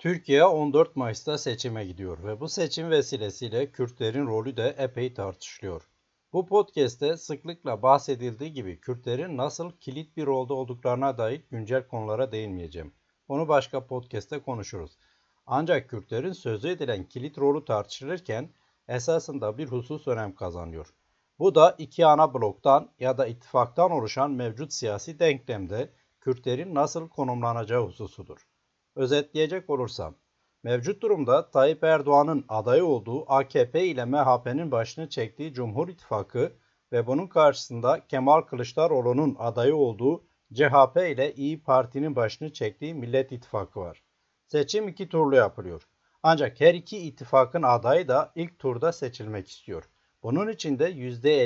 Türkiye 14 Mayıs'ta seçime gidiyor ve bu seçim vesilesiyle Kürtlerin rolü de epey tartışılıyor. Bu podcast'te sıklıkla bahsedildiği gibi Kürtlerin nasıl kilit bir rolde olduklarına dair güncel konulara değinmeyeceğim. Onu başka podcast'te konuşuruz. Ancak Kürtlerin sözü edilen kilit rolü tartışılırken esasında bir husus önem kazanıyor. Bu da iki ana bloktan ya da ittifaktan oluşan mevcut siyasi denklemde Kürtlerin nasıl konumlanacağı hususudur. Özetleyecek olursam, mevcut durumda Tayyip Erdoğan'ın adayı olduğu AKP ile MHP'nin başını çektiği Cumhur İttifakı ve bunun karşısında Kemal Kılıçdaroğlu'nun adayı olduğu CHP ile İyi Parti'nin başını çektiği Millet İttifakı var. Seçim iki turlu yapılıyor. Ancak her iki ittifakın adayı da ilk turda seçilmek istiyor. Bunun için de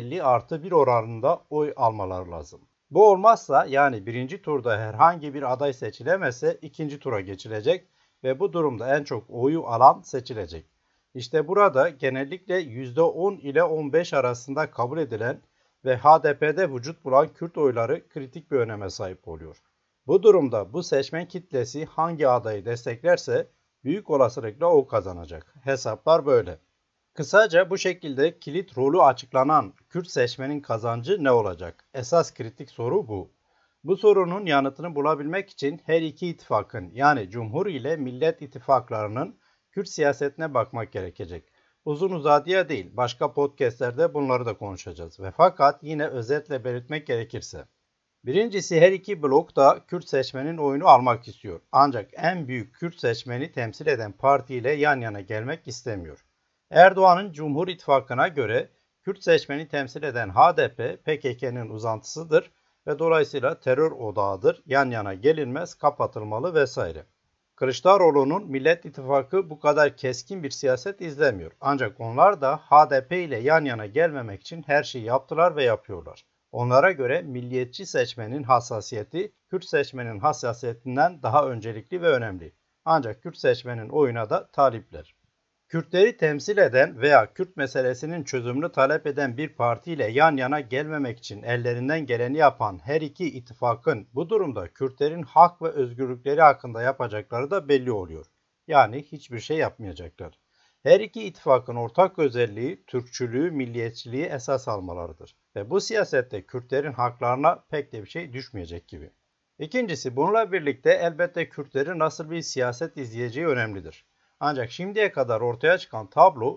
%50+1 oranında oy almaları lazım. Bu olmazsa yani birinci turda herhangi bir aday seçilemezse ikinci tura geçilecek ve bu durumda en çok oyu alan seçilecek. İşte burada genellikle %10 ile 15 arasında kabul edilen ve HDP'de vücut bulan Kürt oyları kritik bir öneme sahip oluyor. Bu durumda bu seçmen kitlesi hangi adayı desteklerse büyük olasılıkla o kazanacak. Hesaplar böyle. Kısaca bu şekilde kilit rolü açıklanan Kürt seçmenin kazancı ne olacak? Esas kritik soru bu. Bu sorunun yanıtını bulabilmek için her iki ittifakın yani Cumhur ile Millet ittifaklarının Kürt siyasetine bakmak gerekecek. Uzun uzadıya değil, başka podcastlerde bunları da konuşacağız. Ve fakat yine özetle belirtmek gerekirse. Birincisi her iki blok da Kürt seçmenin oyunu almak istiyor. Ancak en büyük Kürt seçmeni temsil eden parti ile yan yana gelmek istemiyor. Erdoğan'ın Cumhur İttifakı'na göre Kürt seçmeni temsil eden HDP, PKK'nın uzantısıdır ve dolayısıyla terör odağıdır, yan yana gelinmez, kapatılmalı vesaire. Kılıçdaroğlu'nun Millet İttifakı bu kadar keskin bir siyaset izlemiyor. Ancak onlar da HDP ile yan yana gelmemek için her şeyi yaptılar ve yapıyorlar. Onlara göre milliyetçi seçmenin hassasiyeti, Kürt seçmenin hassasiyetinden daha öncelikli ve önemli. Ancak Kürt seçmenin oyuna da talipler. Kürtleri temsil eden veya Kürt meselesinin çözümünü talep eden bir partiyle yan yana gelmemek için ellerinden geleni yapan her iki ittifakın bu durumda Kürtlerin hak ve özgürlükleri hakkında yapacakları da belli oluyor. Yani hiçbir şey yapmayacaklar. Her iki ittifakın ortak özelliği Türkçülüğü, milliyetçiliği esas almalarıdır. Ve bu siyasette Kürtlerin haklarına pek de bir şey düşmeyecek gibi. İkincisi bununla birlikte elbette Kürtlerin nasıl bir siyaset izleyeceği önemlidir. Ancak şimdiye kadar ortaya çıkan tablo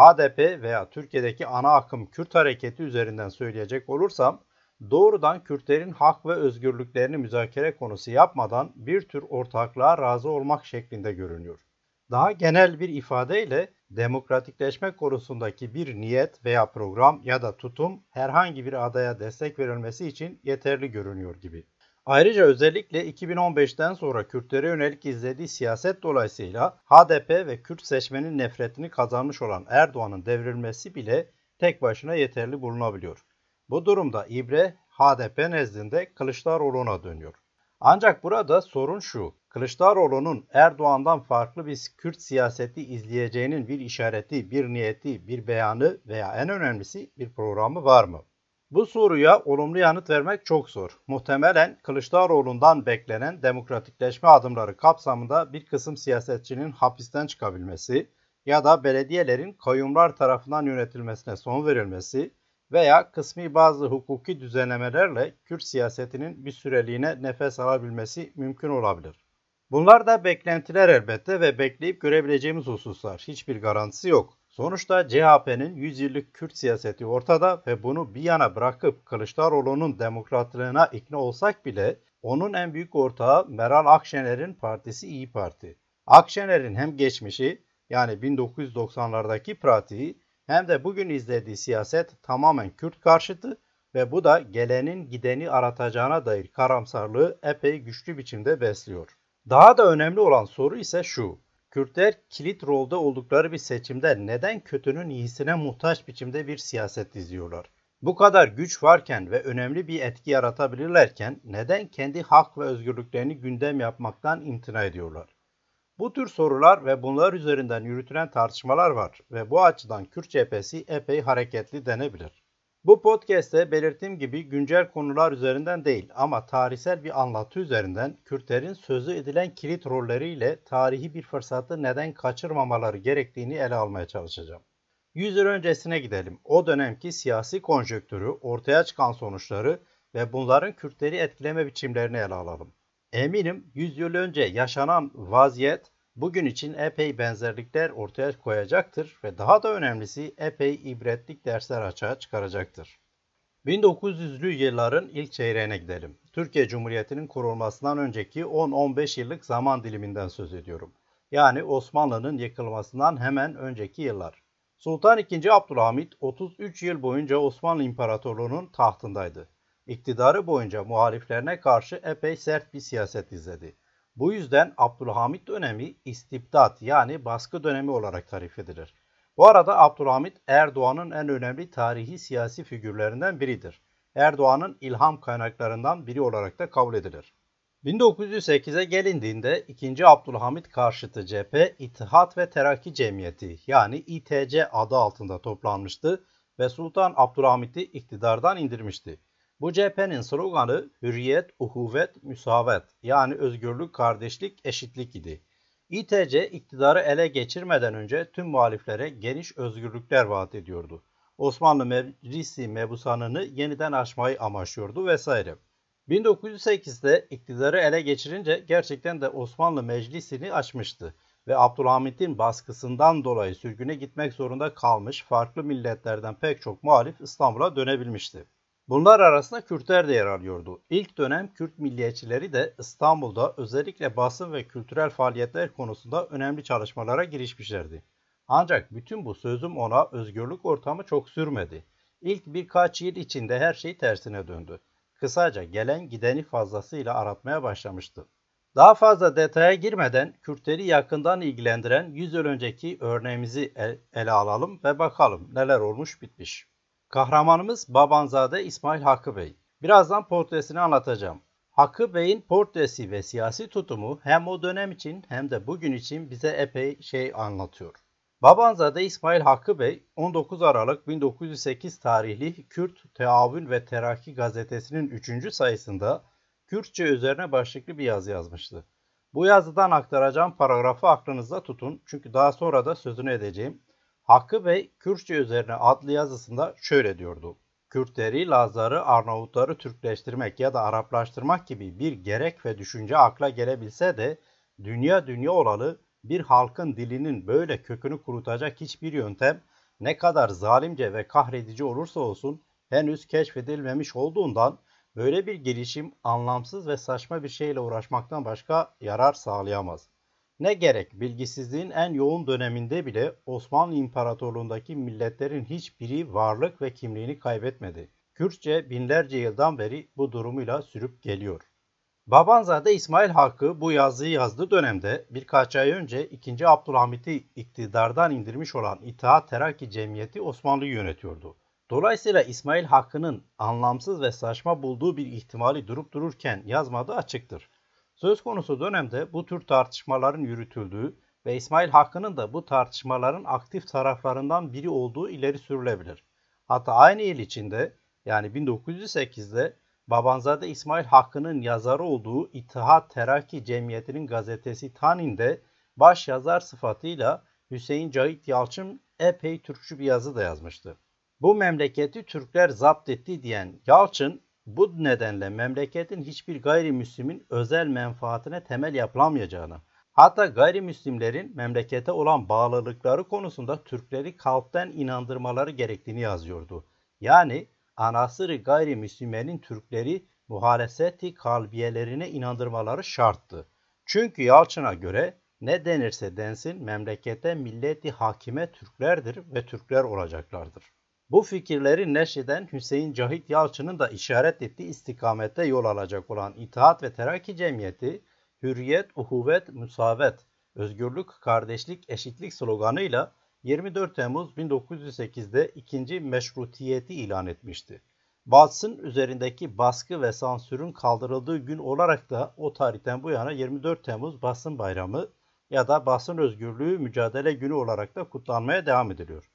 HDP veya Türkiye'deki ana akım Kürt hareketi üzerinden söyleyecek olursam doğrudan Kürtlerin hak ve özgürlüklerini müzakere konusu yapmadan bir tür ortaklığa razı olmak şeklinde görünüyor. Daha genel bir ifadeyle demokratikleşme konusundaki bir niyet veya program ya da tutum herhangi bir adaya destek verilmesi için yeterli görünüyor gibi. Ayrıca özellikle 2015'ten sonra Kürtlere yönelik izlediği siyaset dolayısıyla HDP ve Kürt seçmenin nefretini kazanmış olan Erdoğan'ın devrilmesi bile tek başına yeterli bulunabiliyor. Bu durumda ibre HDP nezdinde Kılıçdaroğlu'na dönüyor. Ancak burada sorun şu, Kılıçdaroğlu'nun Erdoğan'dan farklı bir Kürt siyaseti izleyeceğinin bir işareti, bir niyeti, bir beyanı veya en önemlisi bir programı var mı? Bu soruya olumlu yanıt vermek çok zor. Muhtemelen Kılıçdaroğlu'ndan beklenen demokratikleşme adımları kapsamında bir kısım siyasetçinin hapisten çıkabilmesi ya da belediyelerin kayyumlar tarafından yönetilmesine son verilmesi veya kısmi bazı hukuki düzenlemelerle Kürt siyasetinin bir süreliğine nefes alabilmesi mümkün olabilir. Bunlar da beklentiler elbette ve bekleyip görebileceğimiz hususlar. Hiçbir garantisi yok. Sonuçta CHP'nin 100 yıllık Kürt siyaseti ortada ve bunu bir yana bırakıp Kılıçdaroğlu'nun demokratlığına ikna olsak bile onun en büyük ortağı Meral Akşener'in partisi İyi Parti. Akşener'in hem geçmişi yani 1990'lardaki pratiği hem de bugün izlediği siyaset tamamen Kürt karşıtı ve bu da gelenin gideni aratacağına dair karamsarlığı epey güçlü biçimde besliyor. Daha da önemli olan soru ise şu. Kürtler kilit rolde oldukları bir seçimde neden kötünün iyisine muhtaç biçimde bir siyaset izliyorlar? Bu kadar güç varken ve önemli bir etki yaratabilirlerken neden kendi hak ve özgürlüklerini gündem yapmaktan imtina ediyorlar? Bu tür sorular ve bunlar üzerinden yürütülen tartışmalar var ve bu açıdan Kürt cephesi epey hareketli denebilir. Bu podcast'te belirttiğim gibi güncel konular üzerinden değil ama tarihsel bir anlatı üzerinden Kürtlerin sözü edilen kilit rolleriyle tarihi bir fırsatı neden kaçırmamaları gerektiğini ele almaya çalışacağım. 100 yıl öncesine gidelim. O dönemki siyasi konjonktürü, ortaya çıkan sonuçları ve bunların Kürtleri etkileme biçimlerini ele alalım. Eminim 100 yıl önce yaşanan vaziyet bugün için epey benzerlikler ortaya koyacaktır ve daha da önemlisi epey ibretlik dersler açığa çıkaracaktır. 1900'lü yılların ilk çeyreğine gidelim. Türkiye Cumhuriyeti'nin kurulmasından önceki 10-15 yıllık zaman diliminden söz ediyorum. Yani Osmanlı'nın yıkılmasından hemen önceki yıllar. Sultan II. Abdülhamit 33 yıl boyunca Osmanlı İmparatorluğu'nun tahtındaydı. İktidarı boyunca muhaliflerine karşı epey sert bir siyaset izledi. Bu yüzden Abdülhamit dönemi istibdat yani baskı dönemi olarak tarif edilir. Bu arada Abdülhamit Erdoğan'ın en önemli tarihi siyasi figürlerinden biridir. Erdoğan'ın ilham kaynaklarından biri olarak da kabul edilir. 1908'e gelindiğinde 2. Abdülhamit karşıtı cephe İttihat ve Terakki Cemiyeti yani İTC adı altında toplanmıştı ve Sultan Abdülhamit'i iktidardan indirmişti. Bu cephenin sloganı hürriyet, uhuvvet, müsavet yani özgürlük, kardeşlik, eşitlik idi. İTC iktidarı ele geçirmeden önce tüm muhaliflere geniş özgürlükler vaat ediyordu. Osmanlı Meclisi mebusanını yeniden açmayı amaçlıyordu vesaire. 1908'de iktidarı ele geçirince gerçekten de Osmanlı Meclisi'ni açmıştı ve Abdülhamit'in baskısından dolayı sürgüne gitmek zorunda kalmış farklı milletlerden pek çok muhalif İstanbul'a dönebilmişti. Bunlar arasında Kürtler de yer alıyordu. İlk dönem Kürt milliyetçileri de İstanbul'da özellikle basın ve kültürel faaliyetler konusunda önemli çalışmalara girişmişlerdi. Ancak bütün bu sözüm ona özgürlük ortamı çok sürmedi. İlk birkaç yıl içinde her şey tersine döndü. Kısaca gelen gideni fazlasıyla aratmaya başlamıştı. Daha fazla detaya girmeden Kürtleri yakından ilgilendiren 100 yıl önceki örneğimizi ele alalım ve bakalım neler olmuş bitmiş. Kahramanımız Babanzade İsmail Hakkı Bey. Birazdan portresini anlatacağım. Hakkı Bey'in portresi ve siyasi tutumu hem o dönem için hem de bugün için bize epey şey anlatıyor. Babanzade İsmail Hakkı Bey 19 Aralık 1908 tarihli Kürt Teavün ve Terakki gazetesinin 3. sayısında Kürtçe üzerine başlıklı bir yazı yazmıştı. Bu yazıdan aktaracağım paragrafı aklınızda tutun çünkü daha sonra da sözünü edeceğim. Hakkı Bey Kürtçe üzerine adlı yazısında şöyle diyordu. Kürtleri, Lazları, Arnavutları Türkleştirmek ya da Araplaştırmak gibi bir gerek ve düşünce akla gelebilse de dünya olalı bir halkın dilinin böyle kökünü kurutacak hiçbir yöntem ne kadar zalimce ve kahredici olursa olsun henüz keşfedilmemiş olduğundan böyle bir girişim anlamsız ve saçma bir şeyle uğraşmaktan başka yarar sağlayamaz. Ne gerek bilgisizliğin en yoğun döneminde bile Osmanlı İmparatorluğundaki milletlerin hiçbiri varlık ve kimliğini kaybetmedi. Kürtçe binlerce yıldan beri bu durumuyla sürüp geliyor. Babanzade İsmail Hakkı bu yazıyı yazdığı dönemde birkaç ay önce 2. Abdülhamit'i iktidardan indirmiş olan İttihat Terakki Cemiyeti Osmanlı'yı yönetiyordu. Dolayısıyla İsmail Hakkı'nın anlamsız ve saçma bulduğu bir ihtimali durup dururken yazmadığı açıktır. Söz konusu dönemde bu tür tartışmaların yürütüldüğü ve İsmail Hakkı'nın da bu tartışmaların aktif taraflarından biri olduğu ileri sürülebilir. Hatta aynı yıl içinde yani 1908'de Babanzade İsmail Hakkı'nın yazarı olduğu İttihat Terakki Cemiyeti'nin gazetesi Tanin'de baş yazar sıfatıyla Hüseyin Cahit Yalçın epey Türkçü bir yazı da yazmıştı. Bu memleketi Türkler zapt etti diyen Yalçın, bu nedenle memleketin hiçbir gayrimüslimin özel menfaatine temel yapılamayacağını, hatta gayrimüslimlerin memlekete olan bağlılıkları konusunda Türkleri kalpten inandırmaları gerektiğini yazıyordu. Yani anasırı gayrimüslimlerin Türkleri muhalefeti kalbiyelerine inandırmaları şarttı. Çünkü Yalçın'a göre ne denirse densin memlekete milleti hakime Türklerdir ve Türkler olacaklardır. Bu fikirleri neşreden Hüseyin Cahit Yalçın'ın da işaret ettiği istikamette yol alacak olan İttihat ve Terakki Cemiyeti, hürriyet, uhuvvet, müsavet, özgürlük, kardeşlik, eşitlik sloganıyla 24 Temmuz 1908'de ikinci meşrutiyeti ilan etmişti. Basın üzerindeki baskı ve sansürün kaldırıldığı gün olarak da o tarihten bu yana 24 Temmuz Basın Bayramı ya da Basın Özgürlüğü Mücadele Günü olarak da kutlanmaya devam ediliyor.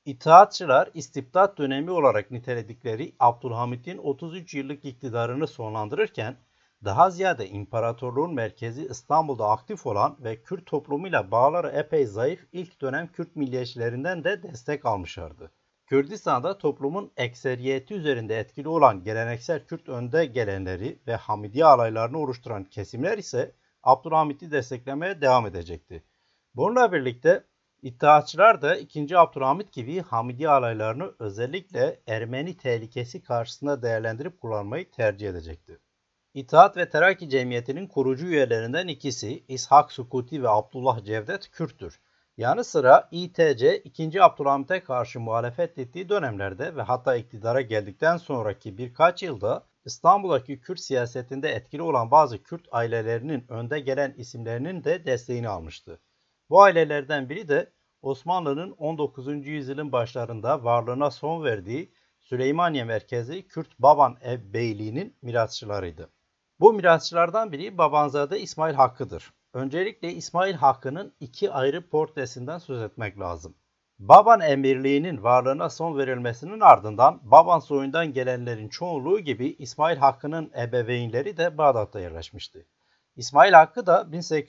İttihatçılar istibdat dönemi olarak niteledikleri Abdülhamit'in 33 yıllık iktidarını sonlandırırken daha ziyade imparatorluğun merkezi İstanbul'da aktif olan ve Kürt toplumuyla bağları epey zayıf ilk dönem Kürt milliyetçilerinden de destek almışlardı. Kürdistan'da toplumun ekseriyeti üzerinde etkili olan geleneksel Kürt önde gelenleri ve Hamidiye alaylarını oluşturan kesimler ise Abdülhamit'i desteklemeye devam edecekti. Bununla birlikte İttihatçılar da 2. Abdülhamit gibi Hamidiye alaylarını özellikle Ermeni tehlikesi karşısında değerlendirip kullanmayı tercih edecekti. İttihat ve Terakki Cemiyeti'nin kurucu üyelerinden ikisi İshak Sukuti ve Abdullah Cevdet Kürttür. Yanı sıra İTC 2. Abdülhamit'e karşı muhalefet ettiği dönemlerde ve hatta iktidara geldikten sonraki birkaç yılda İstanbul'daki Kürt siyasetinde etkili olan bazı Kürt ailelerinin önde gelen isimlerinin de desteğini almıştı. Bu ailelerden biri de Osmanlı'nın 19. yüzyılın başlarında varlığına son verdiği Süleymaniye merkezi Kürt Baban Beyliği'nin mirasçılarıydı. Bu mirasçılardan biri Babanzade İsmail Hakkı'dır. Öncelikle İsmail Hakkı'nın iki ayrı portresinden söz etmek lazım. Baban Emirliği'nin varlığına son verilmesinin ardından Baban soyundan gelenlerin çoğunluğu gibi İsmail Hakkı'nın ebeveynleri de Bağdat'ta yerleşmişti. İsmail Hakkı da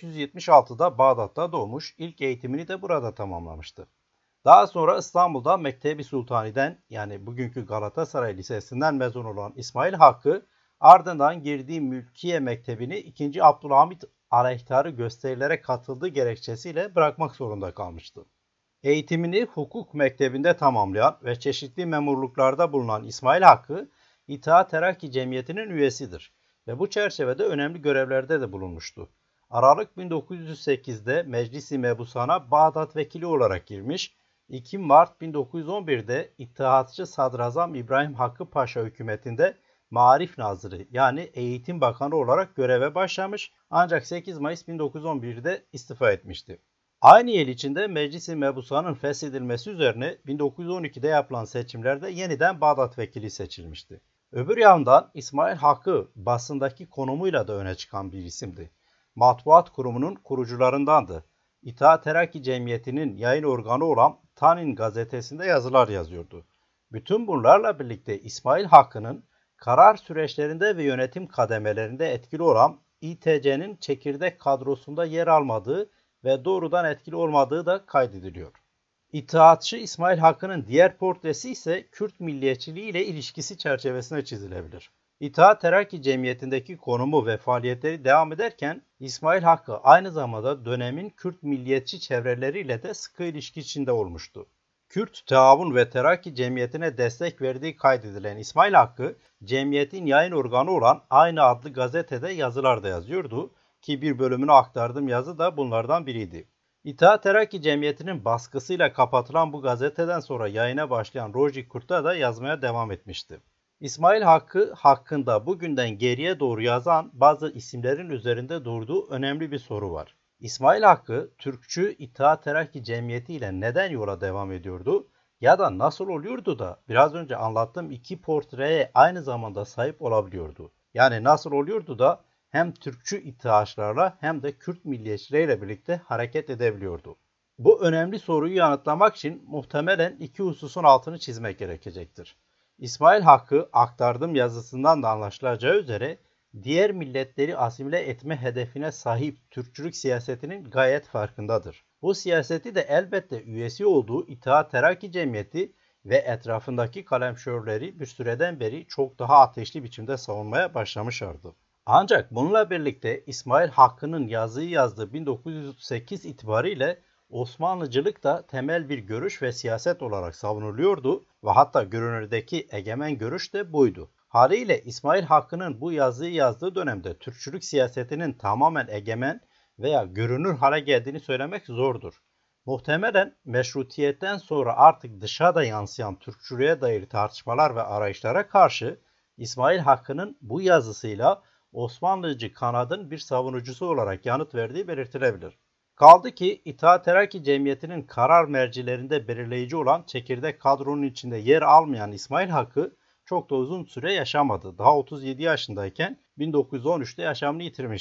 1876'da Bağdat'ta doğmuş, ilk eğitimini de burada tamamlamıştı. Daha sonra İstanbul'da Mektebi Sultani'den yani bugünkü Galatasaray Lisesi'nden mezun olan İsmail Hakkı ardından girdiği Mülkiye Mektebi'ni 2. Abdülhamit aleyhtarı gösterilere katıldığı gerekçesiyle bırakmak zorunda kalmıştı. Eğitimini hukuk mektebinde tamamlayan ve çeşitli memurluklarda bulunan İsmail Hakkı, İttihat Terakki Cemiyeti'nin üyesidir ve bu çerçevede önemli görevlerde de bulunmuştu. Aralık 1908'de Meclis-i Mebusan'a Bağdat vekili olarak girmiş, 2 Mart 1911'de İttihatçı Sadrazam İbrahim Hakkı Paşa hükümetinde Maarif Nazırı yani Eğitim Bakanı olarak göreve başlamış ancak 8 Mayıs 1911'de istifa etmişti. Aynı yıl içinde Meclis-i Mebusan'ın feshedilmesi üzerine 1912'de yapılan seçimlerde yeniden Bağdat vekili seçilmişti. Öbür yandan İsmail Hakkı basındaki konumuyla da öne çıkan bir isimdi. Matbuat Kurumu'nun kurucularındandı. İttihat Terakki Cemiyeti'nin yayın organı olan Tanin gazetesinde yazılar yazıyordu. Bütün bunlarla birlikte İsmail Hakkı'nın karar süreçlerinde ve yönetim kademelerinde etkili olan İTC'nin çekirdek kadrosunda yer almadığı ve doğrudan etkili olmadığı da kaydediliyor. İttihatçı İsmail Hakkı'nın diğer portresi ise Kürt milliyetçiliği ile ilişkisi çerçevesine çizilebilir. İttihat Terakki Cemiyeti'ndeki konumu ve faaliyetleri devam ederken İsmail Hakkı aynı zamanda dönemin Kürt milliyetçi çevreleriyle de sıkı ilişki içinde olmuştu. Kürt Taavun ve Terakki Cemiyeti'ne destek verdiği kaydedilen İsmail Hakkı, cemiyetin yayın organı olan aynı adlı gazetede yazılar da yazıyordu ki bir bölümünü aktardığım yazı da bunlardan biriydi. İttihat Terakki Cemiyeti'nin baskısıyla kapatılan bu gazeteden sonra yayına başlayan Roji Kurt'a da yazmaya devam etmişti. İsmail Hakkı hakkında bugünden geriye doğru yazan bazı isimlerin üzerinde durduğu önemli bir soru var. İsmail Hakkı, Türkçü İttihat Terakki Cemiyeti ile neden yola devam ediyordu ya da nasıl oluyordu da biraz önce anlattığım iki portreye aynı zamanda sahip olabiliyordu? Yani nasıl oluyordu da hem Türkçü ittihatçılarla hem de Kürt milliyetçileriyle birlikte hareket edebiliyordu? Bu önemli soruyu yanıtlamak için muhtemelen iki hususun altını çizmek gerekecektir. İsmail Hakkı aktardığım yazısından da anlaşılacağı üzere diğer milletleri asimile etme hedefine sahip Türkçülük siyasetinin gayet farkındadır. Bu siyaseti de elbette üyesi olduğu İttihat Terakki Cemiyeti ve etrafındaki kalemşörleri bir süreden beri çok daha ateşli biçimde savunmaya başlamışlardı. Ancak bununla birlikte İsmail Hakkı'nın yazıyı yazdığı 1908 itibariyle Osmanlıcılık da temel bir görüş ve siyaset olarak savunuluyordu ve hatta görünürdeki egemen görüş de buydu. Haliyle İsmail Hakkı'nın bu yazıyı yazdığı dönemde Türkçülük siyasetinin tamamen egemen veya görünür hale geldiğini söylemek zordur. Muhtemelen meşrutiyetten sonra artık dışa da yansıyan Türkçülüğe dair tartışmalar ve arayışlara karşı İsmail Hakkı'nın bu yazısıyla Osmanlıcı kanadın bir savunucusu olarak yanıt verdiği belirtilebilir. Kaldı ki İttihat Terakki Cemiyeti'nin karar mercilerinde belirleyici olan çekirdek kadronun içinde yer almayan İsmail Hakkı çok da uzun süre yaşamadı. Daha 37 yaşındayken 1913'te yaşamını yitirmişti.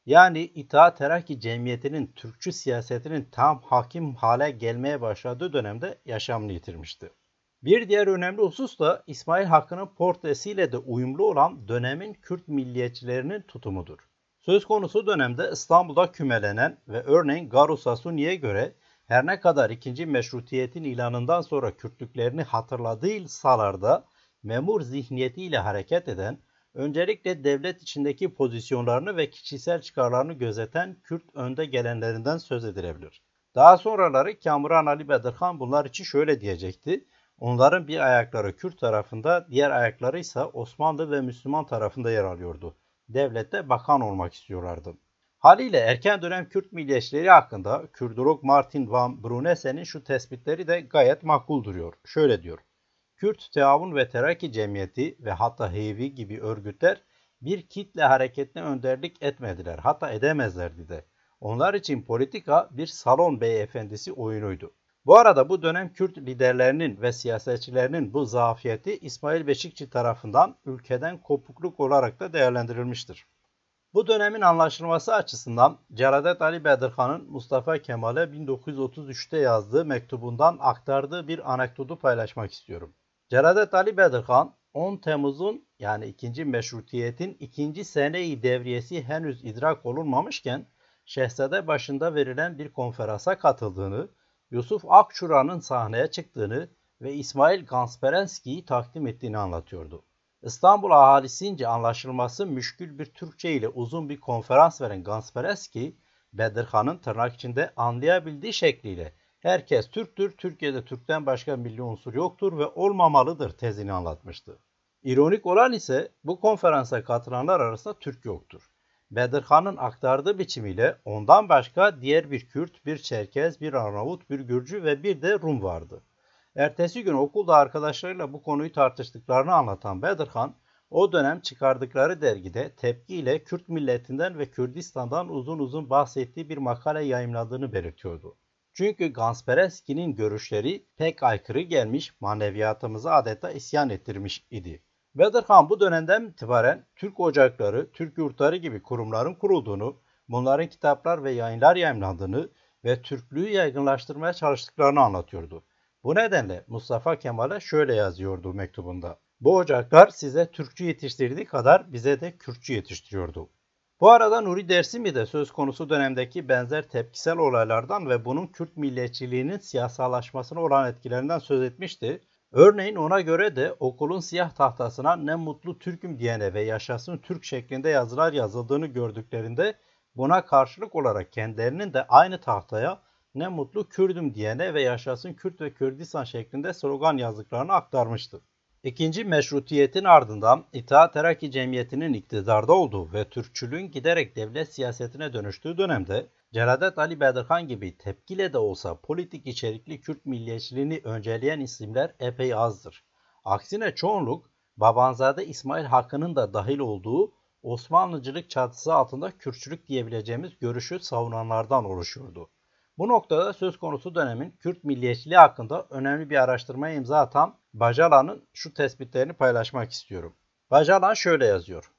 Yani İttihat Terakki Cemiyeti'nin Türkçü siyasetinin tam hakim hale gelmeye başladığı dönemde yaşamını yitirmişti. Bir diğer önemli husus da İsmail Hakkı'nın portresiyle de uyumlu olan dönemin Kürt milliyetçilerinin tutumudur. Söz konusu dönemde İstanbul'da kümelenen ve örneğin Garo Sasuni'ye göre her ne kadar ikinci meşrutiyetin ilanından sonra Kürtlüklerini hatırladığı sahalarda memur zihniyetiyle hareket eden, öncelikle devlet içindeki pozisyonlarını ve kişisel çıkarlarını gözeten Kürt önde gelenlerinden söz edilebilir. Daha sonraları Kamuran Ali Bedirhan bunlar için şöyle diyecekti: onların bir ayakları Kürt tarafında, diğer ayakları ise Osmanlı ve Müslüman tarafında yer alıyordu. Devlette bakan olmak istiyorlardı. Haliyle erken dönem Kürt milliyetçileri hakkında Kürdolog Martin van Brunese'nin şu tespitleri de gayet makul duruyor. Şöyle diyor: Kürt Teavun ve Terakki Cemiyeti ve hatta Heyvi gibi örgütler bir kitle hareketine önderlik etmediler. Hatta edemezlerdi de. Onlar için politika bir salon beyefendisi oyunuydu. Bu arada bu dönem Kürt liderlerinin ve siyasetçilerinin bu zafiyeti İsmail Beşikçi tarafından ülkeden kopukluk olarak da değerlendirilmiştir. Bu dönemin anlaşılması açısından Celadet Ali Bedirhan'ın Mustafa Kemal'e 1933'te yazdığı mektubundan aktardığı bir anekdotu paylaşmak istiyorum. Celadet Ali Bedirhan 10 Temmuz'un yani 2. Meşrutiyet'in 2. sene-i devriyesi henüz idrak olunmamışken Şehzade başında verilen bir konferansa katıldığını, Yusuf Akçura'nın sahneye çıktığını ve İsmail Gansperenski'yi takdim ettiğini anlatıyordu. İstanbul ahalisince anlaşılması müşkül bir Türkçe ile uzun bir konferans veren Gansperenski, Bedirhan'ın tırnak içinde anlayabildiği şekliyle herkes Türktür, Türkiye'de Türk'ten başka milli unsur yoktur ve olmamalıdır tezini anlatmıştı. İronik olan ise bu konferansa katılanlar arasında Türk yoktur. Bedirhan'ın aktardığı biçimiyle ondan başka diğer bir Kürt, bir Çerkez, bir Arnavut, bir Gürcü ve bir de Rum vardı. Ertesi gün okulda arkadaşlarıyla bu konuyu tartıştıklarını anlatan Bedirhan, o dönem çıkardıkları dergide tepkiyle Kürt milletinden ve Kürdistan'dan uzun uzun bahsettiği bir makale yayımladığını belirtiyordu. Çünkü Gansperenski'nin görüşleri pek aykırı gelmiş, maneviyatımızı adeta isyan ettirmiş idi. Bedirhan bu dönemden itibaren Türk ocakları, Türk yurtları gibi kurumların kurulduğunu, bunların kitaplar ve yayınlar yayımlandığını ve Türklüğü yaygınlaştırmaya çalıştıklarını anlatıyordu. Bu nedenle Mustafa Kemal'e şöyle yazıyordu mektubunda: bu ocaklar size Türkçü yetiştirdiği kadar bize de Kürtçü yetiştiriyordu. Bu arada Nuri Dersimi de söz konusu dönemdeki benzer tepkisel olaylardan ve bunun Kürt milliyetçiliğinin siyasallaşmasına olan etkilerinden söz etmişti. Örneğin ona göre de okulun siyah tahtasına ne mutlu Türk'üm diyene ve yaşasın Türk şeklinde yazılar yazıldığını gördüklerinde buna karşılık olarak kendilerinin de aynı tahtaya ne mutlu Kürdüm diyene ve yaşasın Kürt ve Kürdistan şeklinde slogan yazdıklarını aktarmıştı. İkinci meşrutiyetin ardından İttihat Terakki Cemiyeti'nin iktidarda olduğu ve Türkçülüğün giderek devlet siyasetine dönüştüğü dönemde Celadet Ali Bedirhan gibi tepkiyle de olsa politik içerikli Kürt milliyetçiliğini önceleyen isimler epey azdır. Aksine çoğunluk Babanzade İsmail Hakkı'nın da dahil olduğu Osmanlıcılık çatısı altında Kürtçülük diyebileceğimiz görüşü savunanlardan oluşuyordu. Bu noktada söz konusu dönemin Kürt milliyetçiliği hakkında önemli bir araştırmaya imza atan Bacalan'ın şu tespitlerini paylaşmak istiyorum. Bacalan şöyle yazıyor: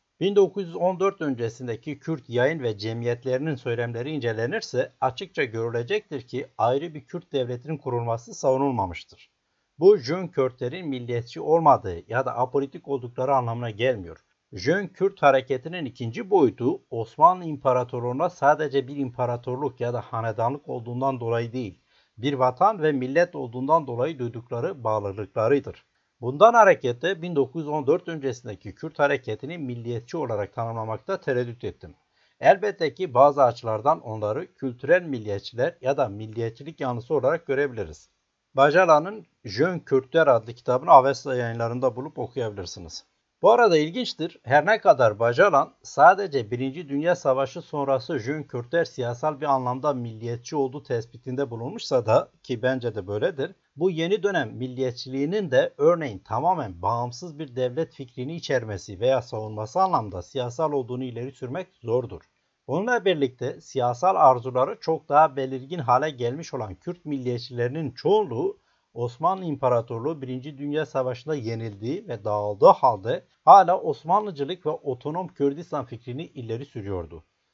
1914 öncesindeki Kürt yayın ve cemiyetlerinin söylemleri incelenirse açıkça görülecektir ki ayrı bir Kürt devletinin kurulması savunulmamıştır. Bu Jön Kürtlerin milliyetçi olmadığı ya da apolitik oldukları anlamına gelmiyor. Jön Kürt hareketinin ikinci boyutu Osmanlı İmparatorluğu'na sadece bir imparatorluk ya da hanedanlık olduğundan dolayı değil, bir vatan ve millet olduğundan dolayı duydukları bağlılıklarıdır. Bundan hareketle 1914 öncesindeki Kürt hareketini milliyetçi olarak tanımlamakta tereddüt ettim. Elbette ki bazı açılardan onları kültürel milliyetçiler ya da milliyetçilik yanlısı olarak görebiliriz. Bacalan'ın Jön Kürtler adlı kitabını Avesta yayınlarında bulup okuyabilirsiniz. Bu arada ilginçtir, her ne kadar Bacalan sadece 1. Dünya Savaşı sonrası Jön Kürtler siyasal bir anlamda milliyetçi olduğu tespitinde bulunmuşsa da, ki bence de böyledir, bu yeni dönem milliyetçiliğinin de örneğin tamamen bağımsız bir devlet fikrini içermesi veya savunması anlamda siyasal olduğunu ileri sürmek zordur. Bununla birlikte siyasal arzuları çok daha belirgin hale gelmiş olan Kürt milliyetçilerinin çoğunluğu Osmanlı İmparatorluğu 1. Dünya Savaşı'nda yenildiği ve dağıldığı halde hala Osmanlıcılık ve otonom Kürdistan fikrini ileri sürüyordu.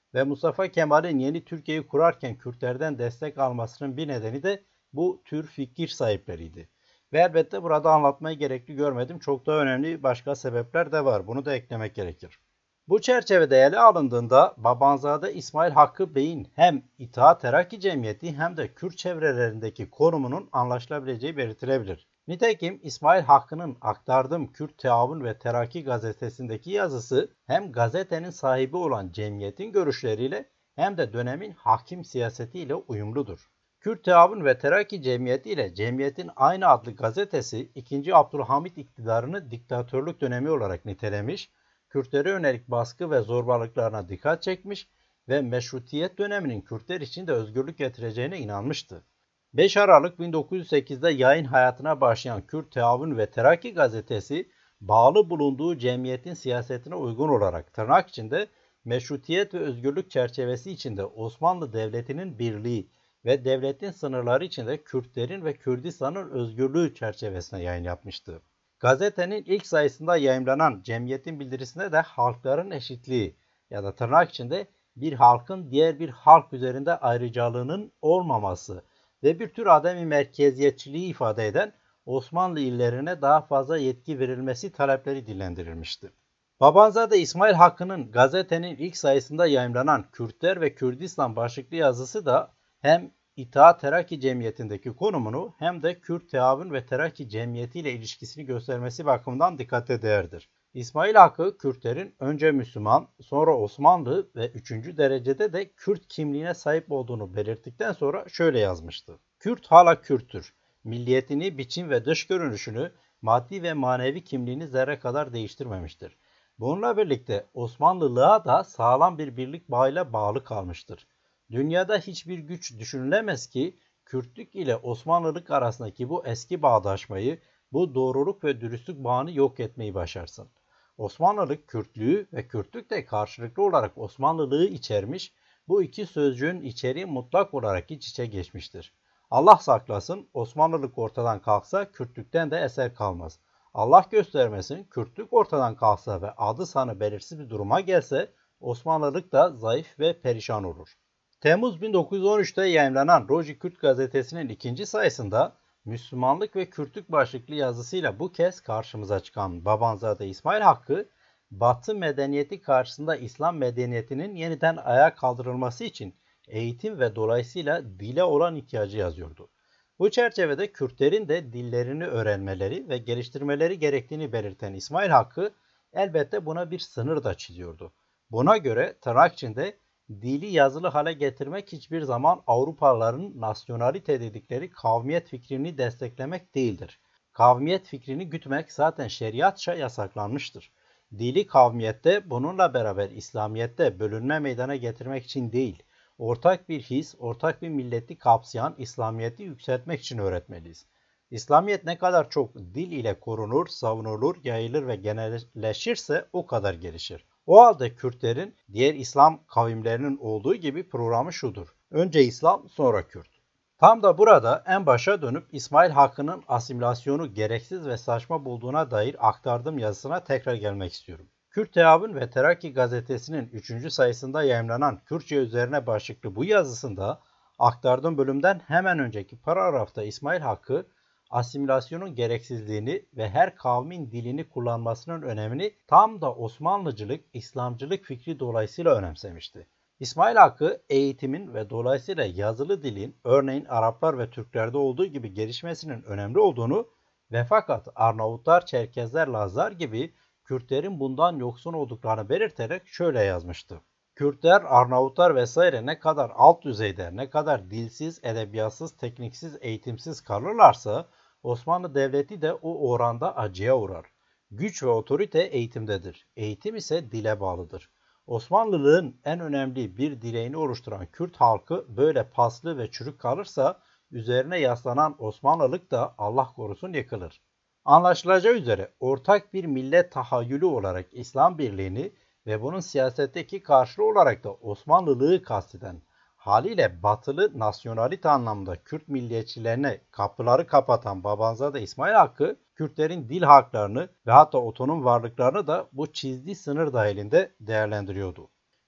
Ve Mustafa Kemal'in yeni Türkiye'yi kurarken Kürtlerden destek almasının bir nedeni de bu tür fikir sahipleriydi. Ve elbette burada anlatmayı gerekli görmedim. Çok daha önemli başka sebepler de var. Bunu da eklemek gerekir. Bu çerçevede ele alındığında Babanzade İsmail Hakkı Bey'in hem İttihat Terakki Cemiyeti hem de Kürt çevrelerindeki konumunun anlaşılabileceği belirtilebilir. Nitekim İsmail Hakkı'nın aktardığım Kürt Teavün ve Terakki gazetesindeki yazısı hem gazetenin sahibi olan cemiyetin görüşleriyle hem de dönemin hakim siyasetiyle uyumludur. Kürt Teavün ve Terakki Cemiyeti ile cemiyetin aynı adlı gazetesi 2. Abdülhamit iktidarını diktatörlük dönemi olarak nitelemiş, Kürtlere yönelik baskı ve zorbalıklarına dikkat çekmiş ve meşrutiyet döneminin Kürtler için de özgürlük getireceğine inanmıştı. 5 Aralık 1908'de yayın hayatına başlayan Kürt Teavün ve Terakki gazetesi, bağlı bulunduğu cemiyetin siyasetine uygun olarak tırnak içinde meşrutiyet ve özgürlük çerçevesi içinde Osmanlı Devleti'nin birliği ve devletin sınırları içinde Kürtlerin ve Kürdistan'ın özgürlüğü çerçevesine yayın yapmıştı. Gazetenin ilk sayısında yayımlanan cemiyetin bildirisinde de halkların eşitliği ya da tırnak içinde bir halkın diğer bir halk üzerinde ayrıcalığının olmaması ve bir tür ademi merkeziyetçiliği ifade eden Osmanlı illerine daha fazla yetki verilmesi talepleri dillendirilmişti. Babanzade İsmail Hakkı'nın gazetenin ilk sayısında yayımlanan Kürtler ve Kürdistan başlıklı yazısı da hem İttihat Terakki Cemiyeti'ndeki konumunu hem de Kürt Teavün ve Terakki Cemiyeti ile ilişkisini göstermesi bakımından dikkate değerdir. İsmail Hakkı, Kürtlerin önce Müslüman, sonra Osmanlı ve 3. derecede de Kürt kimliğine sahip olduğunu belirttikten sonra şöyle yazmıştı. Kürt hala Kürttür. Milliyetini, biçim ve dış görünüşünü, maddi ve manevi kimliğini zerre kadar değiştirmemiştir. Bununla birlikte Osmanlılığa da sağlam bir birlik bağıyla bağlı kalmıştır. Dünyada hiçbir güç düşünülemez ki Kürtlük ile Osmanlılık arasındaki bu eski bağdaşmayı, bu doğruluk ve dürüstlük bağını yok etmeyi başarsın. Osmanlılık Kürtlüğü ve Kürtlük de karşılıklı olarak Osmanlılığı içermiş, bu iki sözcüğün içeriği mutlak olarak iç içe geçmiştir. Allah saklasın, Osmanlılık ortadan kalksa Kürtlükten de eser kalmaz. Allah göstermesin, Kürtlük ortadan kalksa ve adı sanı belirsiz bir duruma gelse Osmanlılık da zayıf ve perişan olur. Temmuz 1913'te yayımlanan Roji Kürt gazetesinin ikinci sayısında Müslümanlık ve Kürtlük başlıklı yazısıyla bu kez karşımıza çıkan Babanzade İsmail Hakkı, Batı medeniyeti karşısında İslam medeniyetinin yeniden ayağa kaldırılması için eğitim ve dolayısıyla dile olan ihtiyacı yazıyordu. Bu çerçevede Kürtlerin de dillerini öğrenmeleri ve geliştirmeleri gerektiğini belirten İsmail Hakkı elbette buna bir sınır da çiziyordu. Buna göre tırnak içinde dili yazılı hale getirmek hiçbir zaman Avrupalıların nasyonalite dedikleri kavmiyet fikrini desteklemek değildir. Kavmiyet fikrini gütmek zaten şeriatça yasaklanmıştır. Dili kavmiyette bununla beraber İslamiyet'te bölünme meydana getirmek için değil, ortak bir his, ortak bir milleti kapsayan İslamiyet'i yükseltmek için öğretmeliyiz. İslamiyet ne kadar çok dil ile korunur, savunulur, yayılır ve genelleşirse o kadar gelişir. O halde Kürtlerin diğer İslam kavimlerinin olduğu gibi programı şudur. Önce İslam, sonra Kürt. Tam da burada en başa dönüp İsmail Hakkı'nın asimilasyonu gereksiz ve saçma bulduğuna dair aktardığım yazısına tekrar gelmek istiyorum. Kürt Teavün ve Terakki gazetesinin 3. sayısında yayımlanan Kürtçe üzerine başlıklı bu yazısında aktardığım bölümden hemen önceki paragrafta İsmail Hakkı asimilasyonun gereksizliğini ve her kavmin dilini kullanmasının önemini tam da Osmanlıcılık, İslamcılık fikri dolayısıyla önemsemişti. İsmail Hakkı eğitimin ve dolayısıyla yazılı dilin örneğin Araplar ve Türklerde olduğu gibi gelişmesinin önemli olduğunu ve fakat Arnavutlar, Çerkezler, Lazlar gibi Kürtlerin bundan yoksun olduklarını belirterek şöyle yazmıştı. Kürtler, Arnavutlar vesaire ne kadar alt düzeyde, ne kadar dilsiz, edebiyatsız, tekniksiz, eğitimsiz kalırlarsa Osmanlı Devleti de o oranda acıya uğrar. Güç ve otorite eğitimdedir. Eğitim ise dile bağlıdır. Osmanlılığın en önemli bir direğini oluşturan Kürt halkı böyle paslı ve çürük kalırsa üzerine yaslanan Osmanlılık da Allah korusun yıkılır. Anlaşılacağı üzere ortak bir millet tahayyülü olarak İslam birliğini ve bunun siyasetteki karşılığı olarak da Osmanlılığı kasteden haliyle batılı nasyonalite anlamda Kürt milliyetçilerine kapıları kapatan Babanzade İsmail Hakkı, Kürtlerin dil haklarını ve hatta otonom varlıklarını da bu çizdiği sınır dahilinde değerlendiriyordu.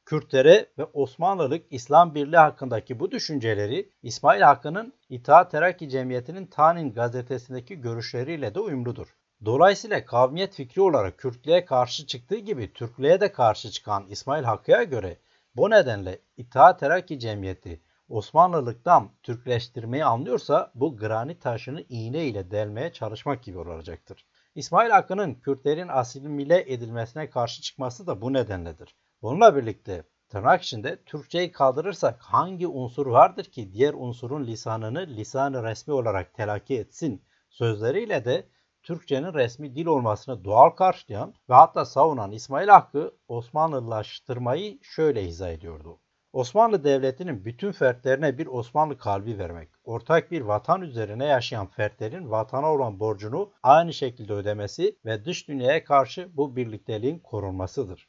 Kürtlere ve Osmanlılık İslam Birliği hakkındaki bu düşünceleri İsmail Hakkı'nın İttihat Terakki Cemiyeti'nin Tanin gazetesindeki görüşleriyle de uyumludur. Dolayısıyla kavmiyet fikri olarak Kürtlüğe karşı çıktığı gibi Türklüğe de karşı çıkan İsmail Hakkı'ya göre bu nedenle İttihat Terakki Cemiyeti Osmanlılıktan Türkleştirmeyi anlıyorsa bu granit taşını iğne ile delmeye çalışmak gibi olacaktır. İsmail Hakkı'nın Kürtlerin asimile edilmesine karşı çıkması da bu nedenledir. Bununla birlikte tırnak içinde Türkçeyi kaldırırsak hangi unsur vardır ki diğer unsurun lisanını lisan-ı resmi olarak telakki etsin sözleriyle de Türkçenin resmi dil olmasını doğal karşılayan ve hatta savunan İsmail Hakkı Osmanlılaştırmayı şöyle izah ediyordu. Osmanlı Devleti'nin bütün fertlerine bir Osmanlı kalbi vermek, ortak bir vatan üzerine yaşayan fertlerin vatana olan borcunu aynı şekilde ödemesi ve dış dünyaya karşı bu birlikteliğin korunmasıdır.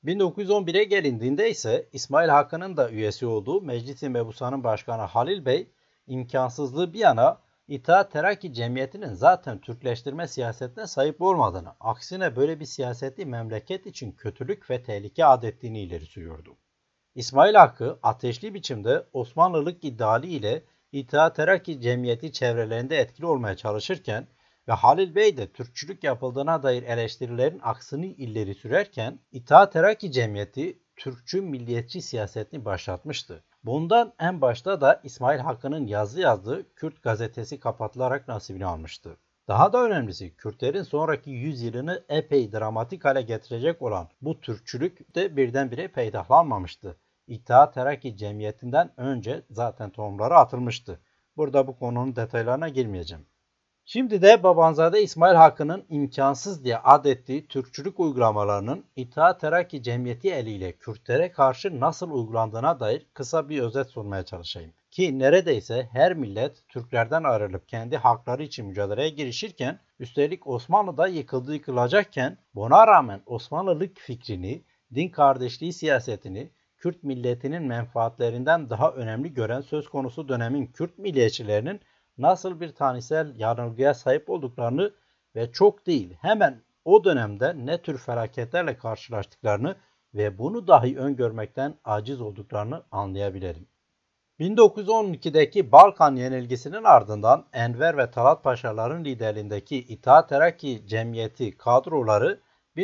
1911'e gelindiğinde ise İsmail Hakkı'nın da üyesi olduğu Meclis-i Mebusa'nın başkanı Halil Bey, imkansızlığı bir yana İttihat Terakki Cemiyeti'nin zaten Türkleştirme siyasetine sahip olmadığını, aksine böyle bir siyaseti memleket için kötülük ve tehlike adettiğini ileri sürüyordu. İsmail Hakkı ateşli biçimde Osmanlılık iddialı ile İttihat Terakki Cemiyeti çevrelerinde etkili olmaya çalışırken ve Halil Bey de Türkçülük yapıldığına dair eleştirilerin aksini ileri sürerken İttihat Terakki Cemiyeti Türkçü milliyetçi siyasetini başlatmıştı. Bundan en başta da İsmail Hakkı'nın yazı yazdığı Kürt gazetesi kapatılarak nasibini almıştı. Daha da önemlisi Kürtlerin sonraki 100 yılını epey dramatik hale getirecek olan bu Türkçülük de birdenbire peydahlanmamıştı. İttihat Terakki Cemiyeti'nden önce zaten tohumları atılmıştı. Burada bu konunun detaylarına girmeyeceğim. Şimdi de Babanzade İsmail Hakkı'nın imkansız diye adettiği Türkçülük uygulamalarının İttihat Terakki Cemiyeti eliyle Kürtlere karşı nasıl uygulandığına dair kısa bir özet sunmaya çalışayım. Ki neredeyse her millet Türklerden ayrılıp kendi hakları için mücadeleye girişirken, üstelik Osmanlı'da yıkılacakken buna rağmen Osmanlılık fikrini, din kardeşliği siyasetini, Kürt milletinin menfaatlerinden daha önemli gören söz konusu dönemin Kürt milliyetçilerinin nasıl bir tarihsel yanılgıya sahip olduklarını ve çok değil hemen o dönemde ne tür felaketlerle karşılaştıklarını ve bunu dahi öngörmekten aciz olduklarını anlayabilirim. 1912'deki Balkan yenilgisinin ardından Enver ve Talat Paşaların liderliğindeki İttihat Terakki Cemiyeti kadroları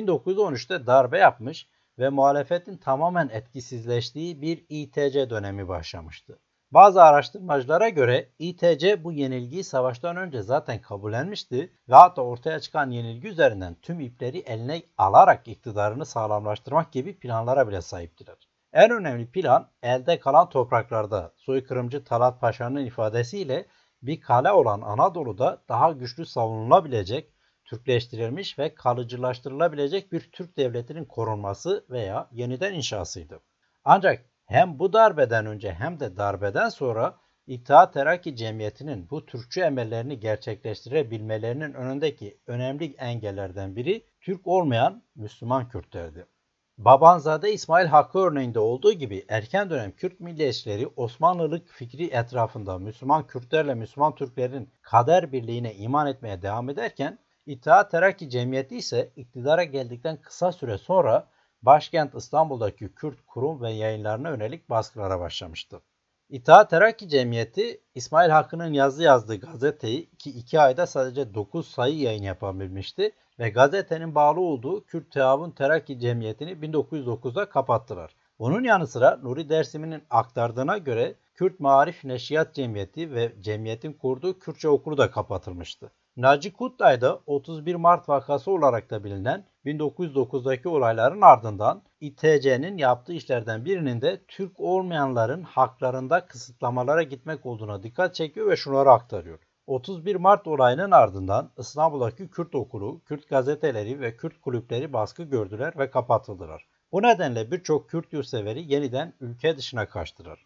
1913'te darbe yapmış ve muhalefetin tamamen etkisizleştiği bir İTC dönemi başlamıştı. Bazı araştırmacılara göre İTC bu yenilgiyi savaştan önce zaten kabullenmişti ve hatta ortaya çıkan yenilgi üzerinden tüm ipleri eline alarak iktidarını sağlamlaştırmak gibi planlara bile sahiptiler. En önemli plan elde kalan topraklarda soykırımcı Talat Paşa'nın ifadesiyle bir kale olan Anadolu'da daha güçlü savunulabilecek, Türkleştirilmiş ve kalıcılaştırılabilecek bir Türk devletinin korunması veya yeniden inşasıydı. Ancak hem bu darbeden önce hem de darbeden sonra İttihat Terakki Cemiyeti'nin bu Türkçü emellerini gerçekleştirebilmelerinin önündeki önemli engellerden biri Türk olmayan Müslüman Kürtlerdi. Babanzade İsmail Hakkı örneğinde olduğu gibi erken dönem Kürt milliyetçileri Osmanlılık fikri etrafında Müslüman Kürtlerle Müslüman Türklerin kader birliğine iman etmeye devam ederken İttihat Terakki Cemiyeti ise iktidara geldikten kısa süre sonra başkent İstanbul'daki Kürt kurum ve yayınlarına yönelik baskılara başlamıştı. İttihat Terakki Cemiyeti İsmail Hakkı'nın yazdığı gazeteyi ki 2 ayda sadece 9 sayı yayın yapabilmişti ve gazetenin bağlı olduğu Kürt Teavun Terakki Cemiyeti'ni 1909'da kapattılar. Bunun yanı sıra Nuri Dersimi'nin aktardığına göre Kürt Maarif Neşriyat Cemiyeti ve cemiyetin kurduğu Kürtçe okulu da kapatılmıştı. Naci Kuttay'da 31 Mart vakası olarak da bilinen 1909'daki olayların ardından İTC'nin yaptığı işlerden birinin de Türk olmayanların haklarında kısıtlamalara gitmek olduğuna dikkat çekiyor ve şunları aktarıyor. 31 Mart olayının ardından İstanbul'daki Kürt okulu, Kürt gazeteleri ve Kürt kulüpleri baskı gördüler ve kapatıldılar. Bu nedenle birçok Kürt yurtseveri yeniden ülke dışına kaçtılar.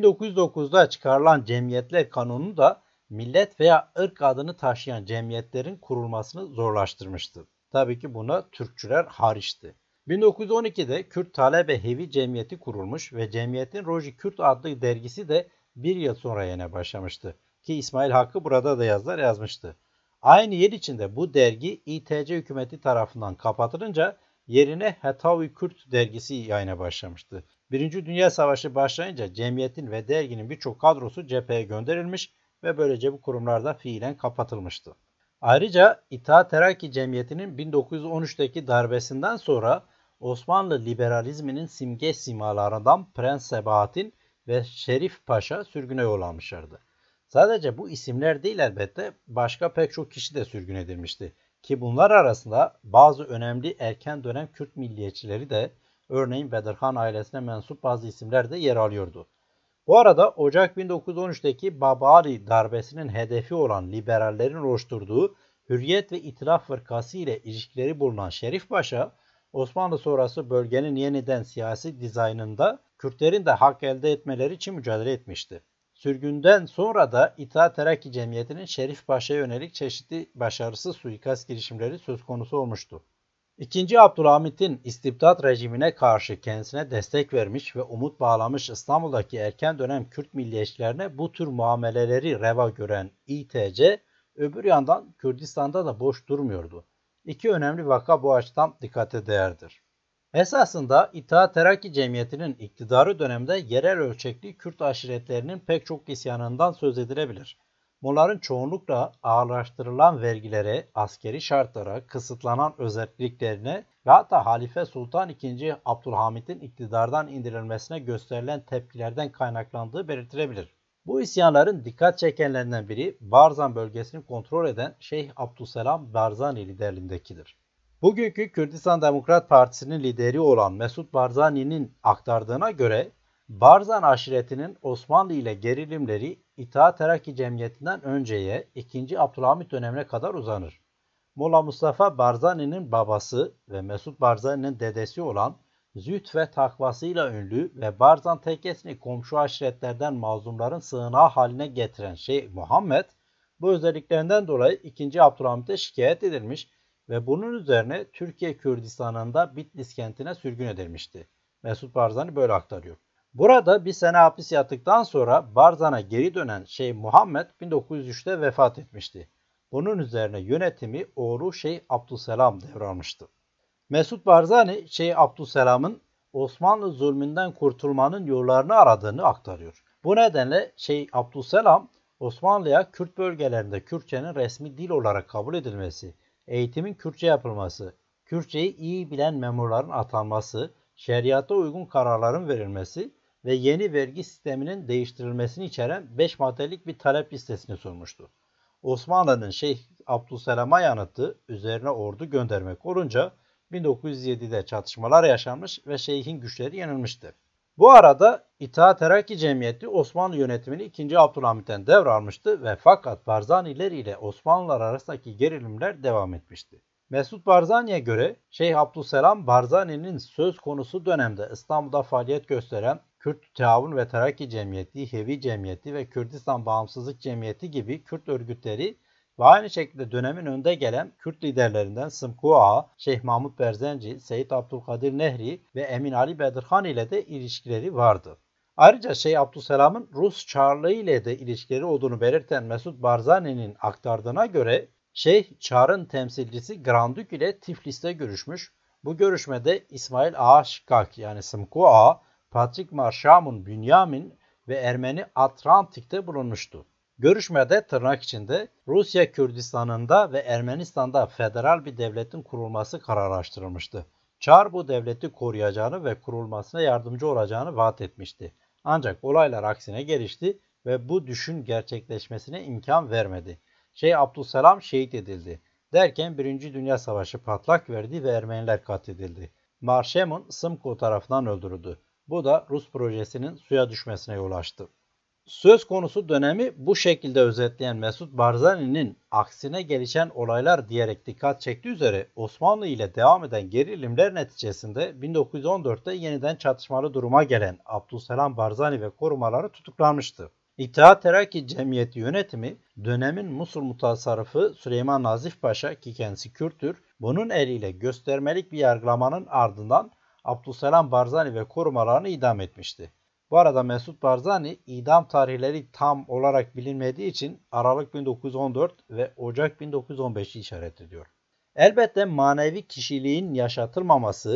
1909'da çıkarılan Cemiyetler Kanunu da millet veya ırk adını taşıyan cemiyetlerin kurulmasını zorlaştırmıştı. Tabii ki buna Türkçüler hariçti. 1912'de Kürt Talebe Hevi Cemiyeti kurulmuş ve cemiyetin Roji Kürt adlı dergisi de bir yıl sonra yine başlamıştı. Ki İsmail Hakkı burada da yazmıştı. Aynı yıl içinde bu dergi İTC hükümeti tarafından kapatılınca yerine Hetavi Kürt dergisi yayına başlamıştı. Birinci Dünya Savaşı başlayınca cemiyetin ve derginin birçok kadrosu cepheye gönderilmiş ve böylece bu kurumlar da fiilen kapatılmıştı. Ayrıca İttihat Terakki Cemiyeti'nin 1913'teki darbesinden sonra Osmanlı liberalizminin simge simalarından Prens Sebahattin ve Şerif Paşa sürgüne yollanmışlardı. Sadece bu isimler değil elbette başka pek çok kişi de sürgün edilmişti. Ki bunlar arasında bazı önemli erken dönem Kürt milliyetçileri de örneğin Bedirhan ailesine mensup bazı isimler de yer alıyordu. Bu arada Ocak 1913'teki Babali darbesinin hedefi olan liberallerin oluşturduğu Hürriyet ve İtilaf Fırkası ile ilişkileri bulunan Şerif Paşa, Osmanlı sonrası bölgenin yeniden siyasi dizaynında Kürtlerin de hak elde etmeleri için mücadele etmişti. Sürgünden sonra da İttihat Terakki Cemiyeti'nin Şerif Paşa'ya yönelik çeşitli başarısız suikast girişimleri söz konusu olmuştu. İkinci Abdülhamit'in istibdat rejimine karşı kendisine destek vermiş ve umut bağlamış İstanbul'daki erken dönem Kürt milliyetçilerine bu tür muameleleri reva gören İTC, öbür yandan Kürdistan'da da boş durmuyordu. İki önemli vaka bu açıdan dikkate değerdir. Esasında İttihat Terakki Cemiyeti'nin iktidarı dönemde yerel ölçekli Kürt aşiretlerinin pek çok isyanından söz edilebilir. Bunların çoğunlukla ağırlaştırılan vergilere, askeri şartlara, kısıtlanan özelliklerine ve hatta Halife Sultan II. Abdülhamit'in iktidardan indirilmesine gösterilen tepkilerden kaynaklandığı belirtilebilir. Bu isyanların dikkat çekenlerinden biri Barzan bölgesini kontrol eden Şeyh Abdüsselam Barzani liderliğindekidir. Bugünkü Kürdistan Demokrat Partisi'nin lideri olan Mesut Barzani'nin aktardığına göre Barzan aşiretinin Osmanlı ile gerilimleri İttihat Terakki Cemiyeti'nden önceye 2. Abdülhamit dönemine kadar uzanır. Molla Mustafa Barzani'nin babası ve Mesut Barzani'nin dedesi olan zühd ve takvasıyla ünlü ve Barzan tekkesini komşu aşiretlerden mazlumların sığınağı haline getiren Şeyh Muhammed, bu özelliklerinden dolayı 2. Abdülhamit'e şikayet edilmiş ve bunun üzerine Türkiye Kürdistan'ında Bitlis kentine sürgün edilmişti. Mesut Barzani böyle aktarıyor. Burada bir sene hapis yattıktan sonra Barzan'a geri dönen Şeyh Muhammed 1903'te vefat etmişti. Bunun üzerine yönetimi oğlu Şeyh Abdüsselam devralmıştı. Mesut Barzani, Şeyh Abdüsselam'ın Osmanlı zulmünden kurtulmanın yollarını aradığını aktarıyor. Bu nedenle Şeyh Abdüsselam, Osmanlı'ya Kürt bölgelerinde Kürtçenin resmi dil olarak kabul edilmesi, eğitimin Kürtçe yapılması, Kürtçeyi iyi bilen memurların atanması, şeriata uygun kararların verilmesi ve yeni vergi sisteminin değiştirilmesini içeren 5 maddelik bir talep listesini sunmuştu. Osmanlı'nın Şeyh Abdüsselam'a yanıtı üzerine ordu göndermek olunca 1907'de çatışmalar yaşanmış ve şeyhin güçleri yenilmişti. Bu arada İttihat Terakki Cemiyeti Osmanlı yönetimini 2. Abdülhamit'ten devralmıştı ve fakat Barzaniler ile Osmanlılar arasındaki gerilimler devam etmişti. Mesut Barzani'ye göre Şeyh Abdüsselam Barzani'nin söz konusu dönemde İstanbul'da faaliyet gösteren Kürt Teavun ve Terakki Cemiyeti, Hevi Cemiyeti ve Kürdistan Bağımsızlık Cemiyeti gibi Kürt örgütleri ve aynı şekilde dönemin önde gelen Kürt liderlerinden Sımku Ağa, Şeyh Mahmut Berzenci, Seyyid Abdülkadir Nehri ve Emin Ali Bedirhan ile de ilişkileri vardı. Ayrıca Şeyh Abdüsselam'ın Rus Çarlığı ile de ilişkileri olduğunu belirten Mesut Barzani'nin aktardığına göre Şeyh Çar'ın temsilcisi Grandük ile Tiflis'te görüşmüş. Bu görüşmede İsmail Ağa Şikak yani Sımku Ağa, Patrik Marşamun Bünyamin ve Ermeni Atlantik'te bulunmuştu. Görüşmede tırnak içinde Rusya Kürdistan'ında ve Ermenistan'da federal bir devletin kurulması kararlaştırılmıştı. Çar bu devleti koruyacağını ve kurulmasına yardımcı olacağını vaat etmişti. Ancak olaylar aksine gelişti ve bu düşün gerçekleşmesine imkan vermedi. Şeyh Abdüsselam şehit edildi. Derken 1. Dünya Savaşı patlak verdi ve Ermeniler katledildi. Marşemun Sımko tarafından öldürüldü. Bu da Rus projesinin suya düşmesine yol açtı. Söz konusu dönemi bu şekilde özetleyen Mesut Barzani'nin aksine gelişen olaylar diyerek dikkat çektiği üzere Osmanlı ile devam eden gerilimler neticesinde 1914'te yeniden çatışmalı duruma gelen Abdüsselam Barzani ve korumaları tutuklanmıştı. İttihat Terakki Cemiyeti yönetimi dönemin Musul mutasarrıfı Süleyman Nazif Paşa ki kendisi Kürttür, bunun eliyle göstermelik bir yargılamanın ardından Abdüsselam Barzani ve korumalarını idam etmişti. Bu arada Mesut Barzani idam tarihleri tam olarak bilinmediği için Aralık 1914 ve Ocak 1915'i işaret ediyor. Elbette manevi kişiliğin yaşatılmaması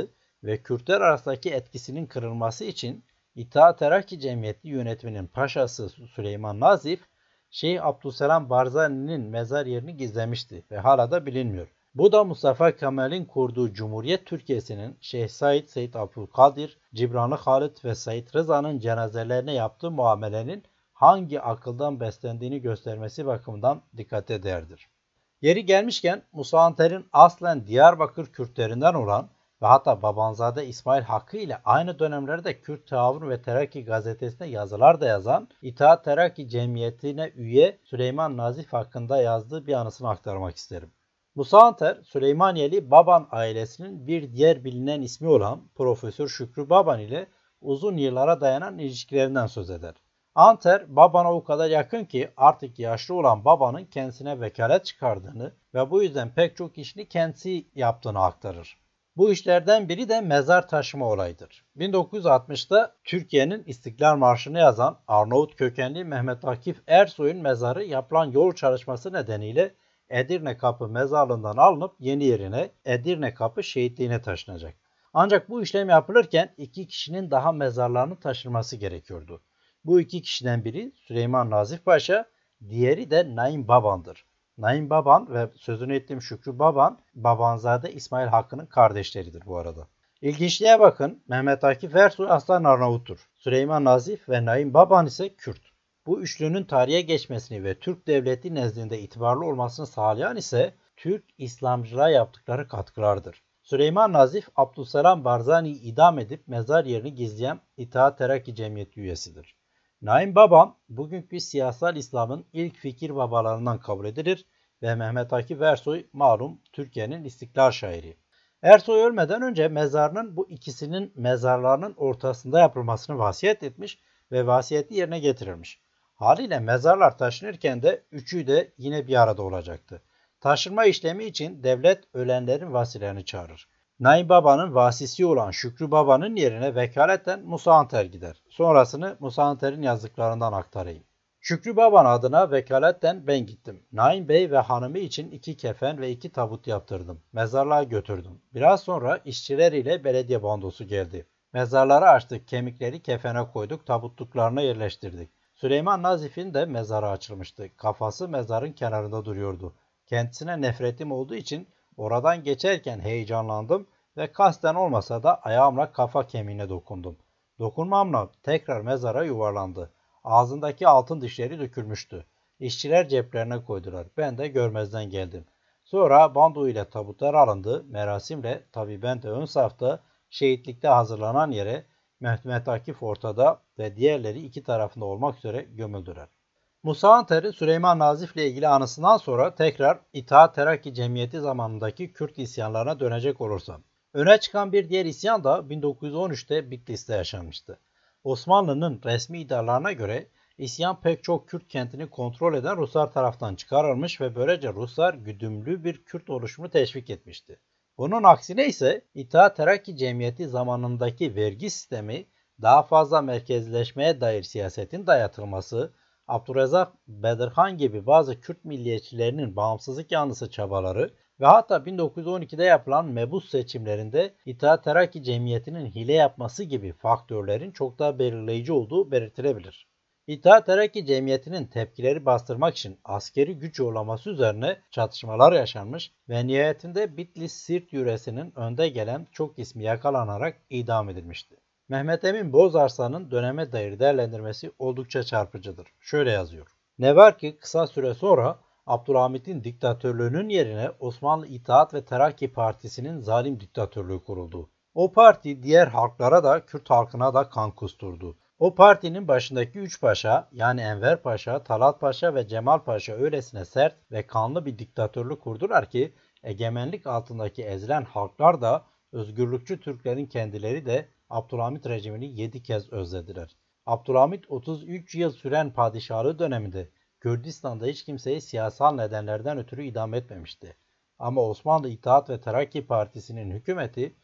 ve Kürtler arasındaki etkisinin kırılması için İttihat Terakki Cemiyeti yönetiminin paşası Süleyman Nazif, Şeyh Abdüsselam Barzani'nin mezar yerini gizlemişti ve hala da bilinmiyor. Bu da Mustafa Kemal'in kurduğu Cumhuriyet Türkiye'sinin Şeyh Said, Seyyid Abdülkadir, Cibranlı Halit ve Said Rıza'nın cenazelerine yaptığı muamelenin hangi akıldan beslendiğini göstermesi bakımından dikkate değerdir. Yeri gelmişken Musa Anter'in aslen Diyarbakır Kürtlerinden olan ve hatta Babanzade İsmail Hakkı ile aynı dönemlerde Kürt Taavvun ve Terakki gazetesinde yazılar da yazan İttihat Terakki Cemiyeti'ne üye Süleyman Nazif hakkında yazdığı bir anısını aktarmak isterim. Musa Anter, Süleymaniyeli Baban ailesinin bir diğer bilinen ismi olan Profesör Şükrü Baban ile uzun yıllara dayanan ilişkilerinden söz eder. Anter, Baban'a o kadar yakın ki artık yaşlı olan Baban'ın kendisine vekalet çıkardığını ve bu yüzden pek çok işini kendisi yaptığını aktarır. Bu işlerden biri de mezar taşıma olayıdır. 1960'da Türkiye'nin İstiklal Marşı'nı yazan Arnavut kökenli Mehmet Akif Ersoy'un mezarı yapılan yol çalışması nedeniyle Edirne Kapı mezarlığından alınıp yeni yerine Edirne Kapı şehitliğine taşınacak. Ancak bu işlem yapılırken iki kişinin daha mezarlarının taşınması gerekiyordu. Bu iki kişiden biri Süleyman Nazif Paşa, diğeri de Naim Baban'dır. Naim Baban ve sözünü ettiğim Şükrü Baban, Babanzade İsmail Hakkı'nın kardeşleridir bu arada. İlginçliğe bakın, Mehmet Akif Ersoy aslen Arnavuttur. Süleyman Nazif ve Naim Baban ise Kürt. Bu üçlünün tarihe geçmesini ve Türk devleti nezdinde itibarlı olmasını sağlayan ise Türk İslamcılığa yaptıkları katkılardır. Süleyman Nazif, Abdüsselam Barzani'yi idam edip mezar yerini gizleyen İttihat Terakki Cemiyeti üyesidir. Naim Baban, bugünkü siyasal İslam'ın ilk fikir babalarından kabul edilir ve Mehmet Akif Ersoy malum Türkiye'nin istiklal şairi. Ersoy ölmeden önce mezarının bu ikisinin mezarlarının ortasında yapılmasını vasiyet etmiş ve vasiyeti yerine getirilmiş. Haliyle mezarlar taşınırken de üçü de yine bir arada olacaktı. Taşınma işlemi için devlet ölenlerin vasilerini çağırır. Naim Baba'nın vasisi olan Şükrü Baba'nın yerine vekaleten Musa Anter gider. Sonrasını Musa Anter'in yazdıklarından aktarayım. Şükrü Baba'nın adına vekaletten ben gittim. Naim Bey ve hanımı için 2 kefen ve 2 tabut yaptırdım. Mezarlığa götürdüm. Biraz sonra işçiler ile belediye bandosu geldi. Mezarları açtık, kemikleri kefene koyduk, tabutluklarına yerleştirdik. Süleyman Nazif'in de mezarı açılmıştı. Kafası mezarın kenarında duruyordu. Kendisine nefretim olduğu için oradan geçerken heyecanlandım ve kasten olmasa da ayağımla kafa kemiğine dokundum. Dokunmamla tekrar mezara yuvarlandı. Ağzındaki altın dişleri dökülmüştü. İşçiler ceplerine koydular. Ben de görmezden geldim. Sonra bando ile tabutlar alındı. Merasimle tabii ben de ön safta şehitlikte hazırlanan yere Mehmet Akif ortada ve diğerleri iki tarafında olmak üzere gömüldüler. Musa Anter'in Süleyman Nazif ile ilgili anısından sonra tekrar İttihat Terakki Cemiyeti zamanındaki Kürt isyanlarına dönecek olursam. Öne çıkan bir diğer isyan da 1913'te Bitlis'te yaşanmıştı. Osmanlı'nın resmi iddialarına göre isyan pek çok Kürt kentini kontrol eden Ruslar tarafından çıkarılmış ve böylece Ruslar güdümlü bir Kürt oluşumunu teşvik etmişti. Bunun aksine ise İttihat Terakki Cemiyeti zamanındaki vergi sistemi daha fazla merkezleşmeye dair siyasetin dayatılması, Abdurrezzak Bedirhan gibi bazı Kürt milliyetçilerinin bağımsızlık yanlısı çabaları ve hatta 1912'de yapılan mebus seçimlerinde İttihat Terakki Cemiyeti'nin hile yapması gibi faktörlerin çok daha belirleyici olduğu belirtilebilir. İttihat Terakki Cemiyeti'nin tepkileri bastırmak için askeri güç yollaması üzerine çatışmalar yaşanmış ve nihayetinde Bitlis-Sirt yöresinin önde gelen çok ismi yakalanarak idam edilmişti. Mehmet Emin Bozarslan'ın döneme dair değerlendirmesi oldukça çarpıcıdır. Şöyle yazıyor. Ne var ki kısa süre sonra Abdülhamit'in diktatörlüğünün yerine Osmanlı İttihat ve Terakki Partisi'nin zalim diktatörlüğü kuruldu. O parti diğer halklara da Kürt halkına da kan kusturdu. O partinin başındaki 3 paşa yani Enver Paşa, Talat Paşa ve Cemal Paşa öylesine sert ve kanlı bir diktatörlük kurdular ki egemenlik altındaki ezilen halklar da özgürlükçü Türklerin kendileri de Abdülhamit rejimini 7 kez özlediler. Abdülhamit 33 yıl süren padişahlığı döneminde Kürdistan'da hiç kimseyi siyasal nedenlerden ötürü idam etmemişti. Ama Osmanlı İttihat ve Terakki Partisi'nin hükümeti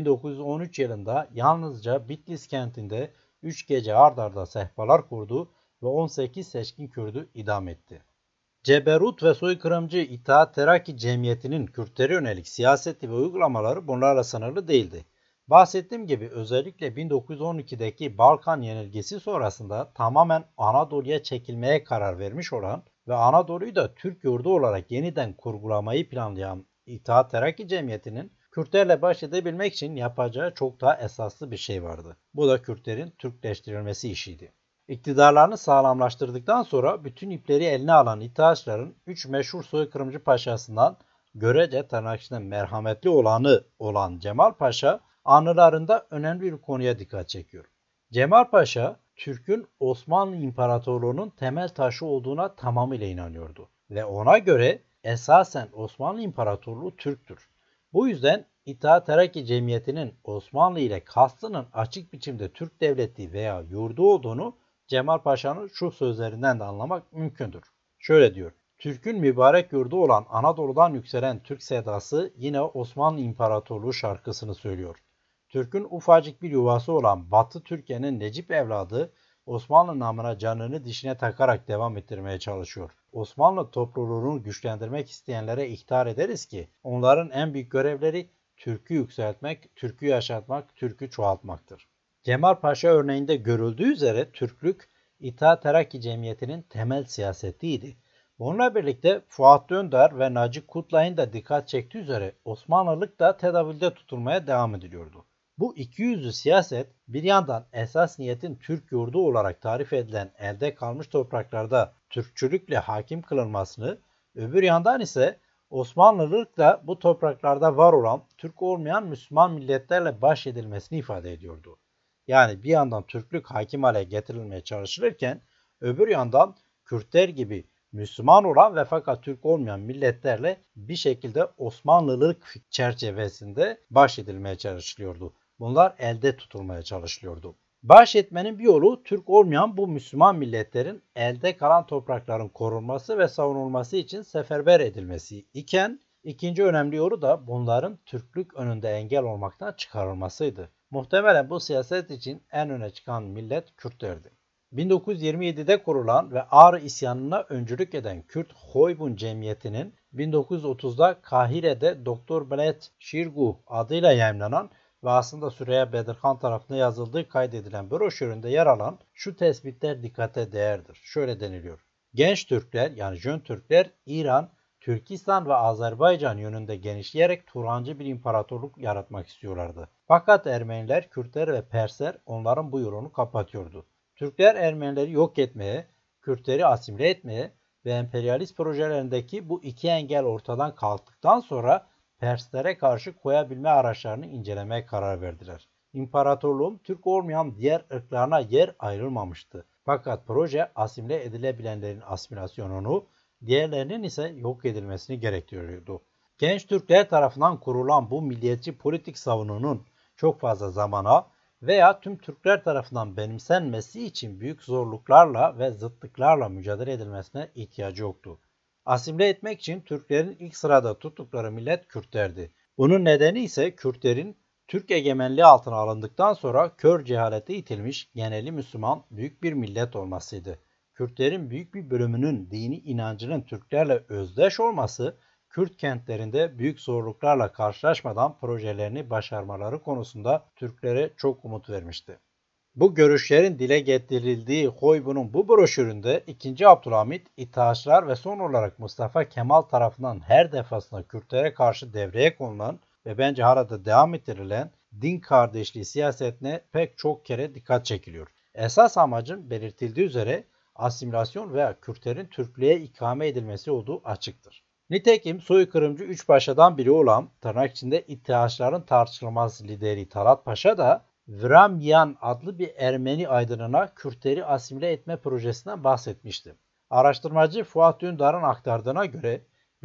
1913 yılında yalnızca Bitlis kentinde 3 gece ard arda sehpalar kurdu ve 18 seçkin Kürdü idam etti. Ceberut ve soykırımcı İttihat Terakki Cemiyeti'nin Kürtlere yönelik siyaseti ve uygulamaları bunlarla sınırlı değildi. Bahsettiğim gibi özellikle 1912'deki Balkan yenilgisi sonrasında tamamen Anadolu'ya çekilmeye karar vermiş olan ve Anadolu'yu da Türk yurdu olarak yeniden kurgulamayı planlayan İttihat Terakki Cemiyeti'nin Kürtlerle baş edebilmek için yapacağı çok daha esaslı bir şey vardı. Bu da Kürtlerin Türkleştirilmesi işiydi. İktidarlarını sağlamlaştırdıktan sonra bütün ipleri eline alan İttihatçıların 3 meşhur soykırımcı paşasından görece tırnak içinde merhametli olanı olan Cemal Paşa anılarında önemli bir konuya dikkat çekiyor. Cemal Paşa, Türk'ün Osmanlı İmparatorluğu'nun temel taşı olduğuna tamamıyla inanıyordu ve ona göre esasen Osmanlı İmparatorluğu Türk'tür. Bu yüzden İttihat Terakki Cemiyeti'nin Osmanlı ile kastının açık biçimde Türk devleti veya yurdu olduğunu Cemal Paşa'nın şu sözlerinden de anlamak mümkündür. Şöyle diyor: Türk'ün mübarek yurdu olan Anadolu'dan yükselen Türk sedası yine Osmanlı İmparatorluğu şarkısını söylüyor. Türk'ün ufacık bir yuvası olan Batı Türkiye'nin Necip evladı Osmanlı namına canını dişine takarak devam ettirmeye çalışıyor. Osmanlı topluluğunu güçlendirmek isteyenlere ihtar ederiz ki onların en büyük görevleri Türk'ü yükseltmek, Türk'ü yaşatmak, Türk'ü çoğaltmaktır. Cemal Paşa örneğinde görüldüğü üzere Türklük İttihat Terakki Cemiyeti'nin temel siyasetiydi. Bununla birlikte Fuat Dündar ve Naci Kutlay'ın da dikkat çektiği üzere Osmanlılık da tedavülde tutulmaya devam ediliyordu. Bu ikiyüzlü siyaset bir yandan esas niyetin Türk yurdu olarak tarif edilen elde kalmış topraklarda Türkçülükle hakim kılınmasını, öbür yandan ise Osmanlılıkla bu topraklarda var olan Türk olmayan Müslüman milletlerle baş edilmesini ifade ediyordu. Yani bir yandan Türklük hakim hale getirilmeye çalışılırken öbür yandan Kürtler gibi Müslüman olan ve fakat Türk olmayan milletlerle bir şekilde Osmanlılık çerçevesinde baş edilmeye çalışılıyordu. Bunlar elde tutulmaya çalışılıyordu. Baş etmenin bir yolu Türk olmayan bu Müslüman milletlerin elde kalan toprakların korunması ve savunulması için seferber edilmesi iken ikinci önemli yolu da bunların Türklük önünde engel olmaktan çıkarılmasıydı. Muhtemelen bu siyaset için en öne çıkan millet Kürtlerdi. 1927'de kurulan ve Ağrı isyanına öncülük eden Kürt Hoybun Cemiyeti'nin 1930'da Kahire'de Doktor Belet Şirgu adıyla yayımlanan ve aslında Süreyya Bedirhan tarafından yazıldığı kaydedilen broşüründe yer alan şu tespitler dikkate değerdir. Şöyle deniliyor: Genç Türkler yani Jön Türkler İran, Türkistan ve Azerbaycan yönünde genişleyerek Turancı bir imparatorluk yaratmak istiyorlardı. Fakat Ermeniler, Kürtler ve Persler onların bu yolunu kapatıyordu. Türkler Ermenileri yok etmeye, Kürtleri asimile etmeye ve emperyalist projelerindeki bu iki engel ortadan kalktıktan sonra Perslere karşı koyabilme araçlarını incelemeye karar verdiler. İmparatorluğun Türk olmayan diğer ırklarına yer ayrılmamıştı. Fakat proje asimile edilebilenlerin asimilasyonunu, diğerlerinin ise yok edilmesini gerektiriyordu. Genç Türkler tarafından kurulan bu milliyetçi politik savununun çok fazla zamana veya tüm Türkler tarafından benimsenmesi için büyük zorluklarla ve zıtlıklarla mücadele edilmesine ihtiyacı yoktu. Asimile etmek için Türklerin ilk sırada tuttukları millet Kürtlerdi. Bunun nedeni ise Kürtlerin Türk egemenliği altına alındıktan sonra kör cehalete itilmiş geneli Müslüman büyük bir millet olmasıydı. Kürtlerin büyük bir bölümünün dini inancının Türklerle özdeş olması, Kürt kentlerinde büyük zorluklarla karşılaşmadan projelerini başarmaları konusunda Türklere çok umut vermişti. Bu görüşlerin dile getirildiği Hoybun'un bu broşüründe 2. Abdülhamit, İttihatçılar ve son olarak Mustafa Kemal tarafından her defasında Kürtlere karşı devreye konulan ve bence hala da devam ettirilen din kardeşliği siyasetine pek çok kere dikkat çekiliyor. Esas amacın belirtildiği üzere asimilasyon veya Kürtlerin Türklüğe ikame edilmesi olduğu açıktır. Nitekim soykırımcı üç paşadan biri olan tırnak içinde İttihatçıların tartışılmaz lideri Talat Paşa da Vramyan adlı bir Ermeni aydınına Kürtleri asimile etme projesinden bahsetmişti. Araştırmacı Fuat Dündar'ın aktardığına göre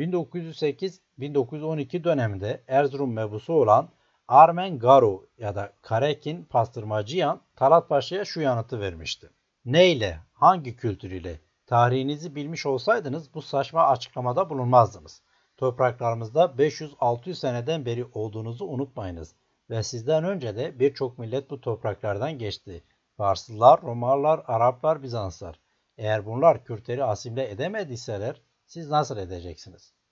1908-1912 döneminde Erzurum mebusu olan Armen Garu ya da Karekin Pastırmacıyan Talat Paşa'ya şu yanıtı vermişti: Neyle, hangi kültür ile, tarihinizi bilmiş olsaydınız bu saçma açıklamada bulunmazdınız. Topraklarımızda 500-600 seneden beri olduğunuzu unutmayınız. Ve sizden önce de birçok millet bu topraklardan geçti. Farslılar, Romalılar, Araplar, Bizanslar. Eğer bunlar Kürtleri asimile edemediyseler siz nasıl edeceksiniz?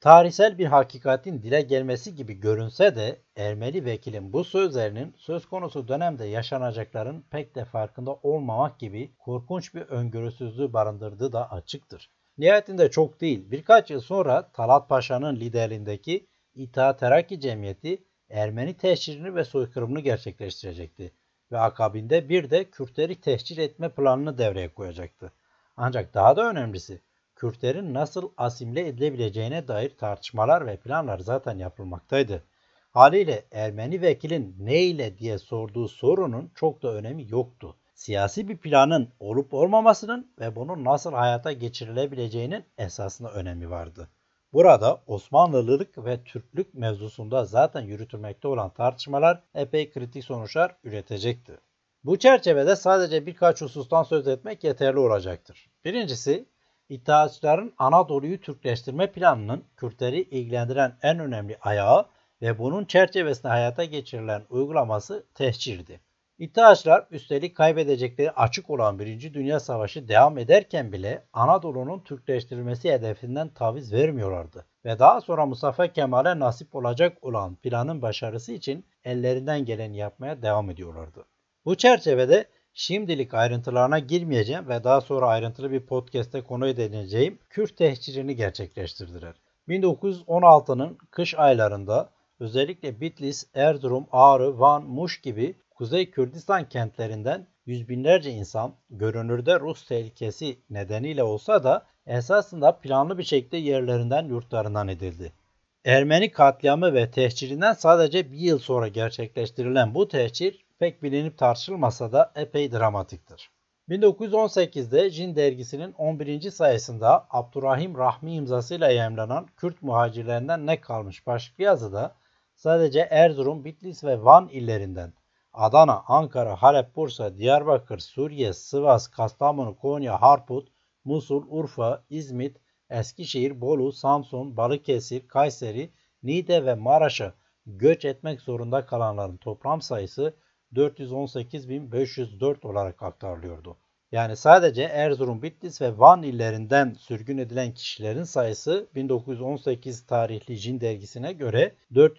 Tarihsel bir hakikatin dile gelmesi gibi görünse de Ermeni vekilin bu sözlerinin söz konusu dönemde yaşanacakların pek de farkında olmamak gibi korkunç bir öngörüsüzlüğü barındırdığı da açıktır. Nihayetinde çok değil, birkaç yıl sonra Talat Paşa'nın liderliğindeki İttihat Terakki Cemiyeti Ermeni tehcirini ve soykırımını gerçekleştirecekti ve akabinde bir de Kürtleri tehcir etme planını devreye koyacaktı. Ancak daha da önemlisi, Kürtlerin nasıl asimile edilebileceğine dair tartışmalar ve planlar zaten yapılmaktaydı. Haliyle Ermeni vekilin ne ile diye sorduğu sorunun çok da önemi yoktu. Siyasi bir planın olup olmamasının ve bunun nasıl hayata geçirilebileceğinin esasında önemi vardı. Burada Osmanlılılık ve Türklük mevzusunda zaten yürütülmekte olan tartışmalar epey kritik sonuçlar üretecekti. Bu çerçevede sadece birkaç husustan söz etmek yeterli olacaktır. Birincisi, İttihatçıların Anadolu'yu Türkleştirme planının Kürtleri ilgilendiren en önemli ayağı ve bunun çerçevesinde hayata geçirilen uygulaması tehcirdi. İttihatçılar üstelik kaybedecekleri açık olan 1. Dünya Savaşı devam ederken bile Anadolu'nun Türkleştirilmesi hedefinden taviz vermiyorlardı ve daha sonra Mustafa Kemal'e nasip olacak olan planın başarısı için ellerinden geleni yapmaya devam ediyorlardı. Bu çerçevede şimdilik ayrıntılarına girmeyeceğim ve daha sonra ayrıntılı bir podcast'te konu edineceğim Kürt tehcirini gerçekleştirdiler. 1916'nın kış aylarında özellikle Bitlis, Erzurum, Ağrı, Van, Muş gibi Kuzey Kürdistan kentlerinden yüz binlerce insan görünürde Rus tehlikesi nedeniyle olsa da esasında planlı bir şekilde yerlerinden yurtlarından edildi. Ermeni katliamı ve tehcirinden sadece bir yıl sonra gerçekleştirilen bu tehcir pek bilinip tartışılmasa da epey dramatiktir. 1918'de Jin dergisinin 11. sayısında Abdurrahim Rahmi imzasıyla yayımlanan Kürt muhacirlerinden ne kalmış başlıklı yazıda sadece Erzurum, Bitlis ve Van illerinden Adana, Ankara, Halep, Bursa, Diyarbakır, Suriye, Sivas, Kastamonu, Konya, Harput, Musul, Urfa, İzmit, Eskişehir, Bolu, Samsun, Balıkesir, Kayseri, Niğde ve Maraş'a göç etmek zorunda kalanların toplam sayısı 418.504 olarak aktarılıyordu. Yani sadece Erzurum, Bitlis ve Van illerinden sürgün edilen kişilerin sayısı 1918 tarihli Jin dergisine göre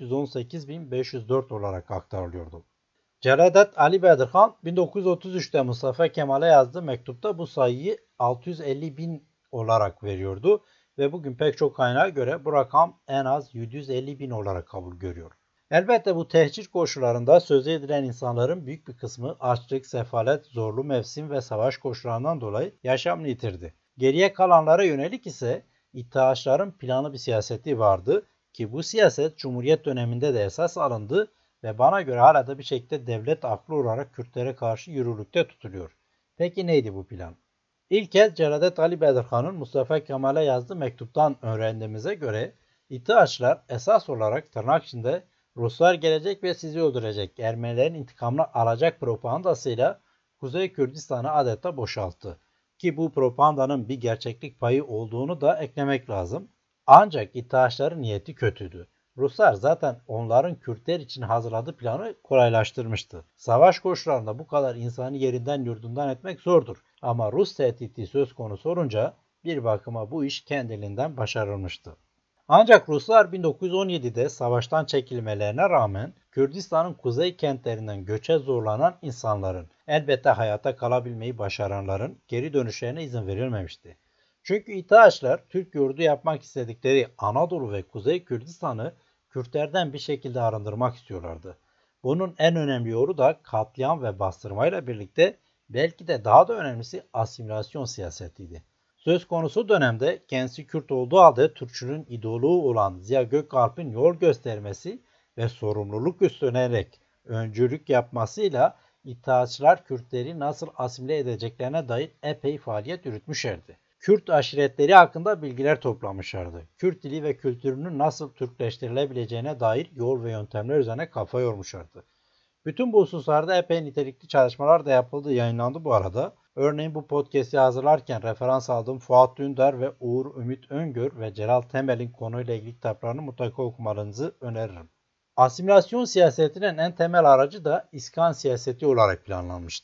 418.504 olarak aktarılıyordu. Celadet Ali Bedirhan 1933'te Mustafa Kemal'e yazdığı mektupta bu sayıyı 650.000 olarak veriyordu ve bugün pek çok kaynağa göre bu rakam en az 750.000 olarak kabul görüyor. Elbette bu tehcir koşullarında söz edilen insanların büyük bir kısmı açlık, sefalet, zorlu mevsim ve savaş koşullarından dolayı yaşamını yitirdi. Geriye kalanlara yönelik ise İttihatçıların planlı bir siyaseti vardı ki bu siyaset Cumhuriyet döneminde de esas alındı ve bana göre hala da bir şekilde devlet aklı olarak Kürtlere karşı yürürlükte tutuluyor. Peki neydi bu plan? İlk kez Celadet Ali Bedirhan'ın Mustafa Kemal'e yazdığı mektuptan öğrendiğimize göre İttihatçılar esas olarak tırnak içinde Ruslar gelecek ve sizi öldürecek, Ermenilerin intikamını alacak propagandasıyla Kuzey Kürdistan'ı adeta boşalttı. Ki bu propagandanın bir gerçeklik payı olduğunu da eklemek lazım. Ancak İttihatçıların niyeti kötüydü. Ruslar zaten onların Kürtler için hazırladığı planı kolaylaştırmıştı. Savaş koşullarında bu kadar insanı yerinden yurdundan etmek zordur. Ama Rus tehdidi söz konusu olunca bir bakıma bu iş kendiliğinden başarılmıştı. Ancak Ruslar 1917'de savaştan çekilmelerine rağmen Kürdistan'ın kuzey kentlerinden göçe zorlanan insanların, elbette hayata kalabilmeyi başaranların geri dönüşlerine izin verilmemişti. Çünkü İttihatçılar Türk yurdu yapmak istedikleri Anadolu ve Kuzey Kürdistan'ı Kürtlerden bir şekilde arındırmak istiyorlardı. Bunun en önemli yolu da katliam ve bastırmayla birlikte belki de daha da önemlisi asimilasyon siyasetiydi. Söz konusu dönemde kendisi Kürt olduğu halde Türkçülüğün ideoloğu olan Ziya Gökalp'in yol göstermesi ve sorumluluk üstlenerek öncülük yapmasıyla İttihatçılar Kürtleri nasıl asimile edeceklerine dair epey faaliyet yürütmüşlerdi. Kürt aşiretleri hakkında bilgiler toplamışlardı. Kürt dili ve kültürünün nasıl Türkleştirilebileceğine dair yol ve yöntemler üzerine kafa yormuşlardı. Bütün bu hususlarda epey nitelikli çalışmalar da yapıldı, yayınlandı bu arada. Örneğin bu podcast'i hazırlarken referans aldığım Fuat Dündar ve Uğur Ümit Öngör ve Celal Temel'in konuyla ilgili kitaplarını mutlaka okumanızı öneririm. Asimilasyon siyasetinin en temel aracı da İskan siyaseti olarak planlanmıştı.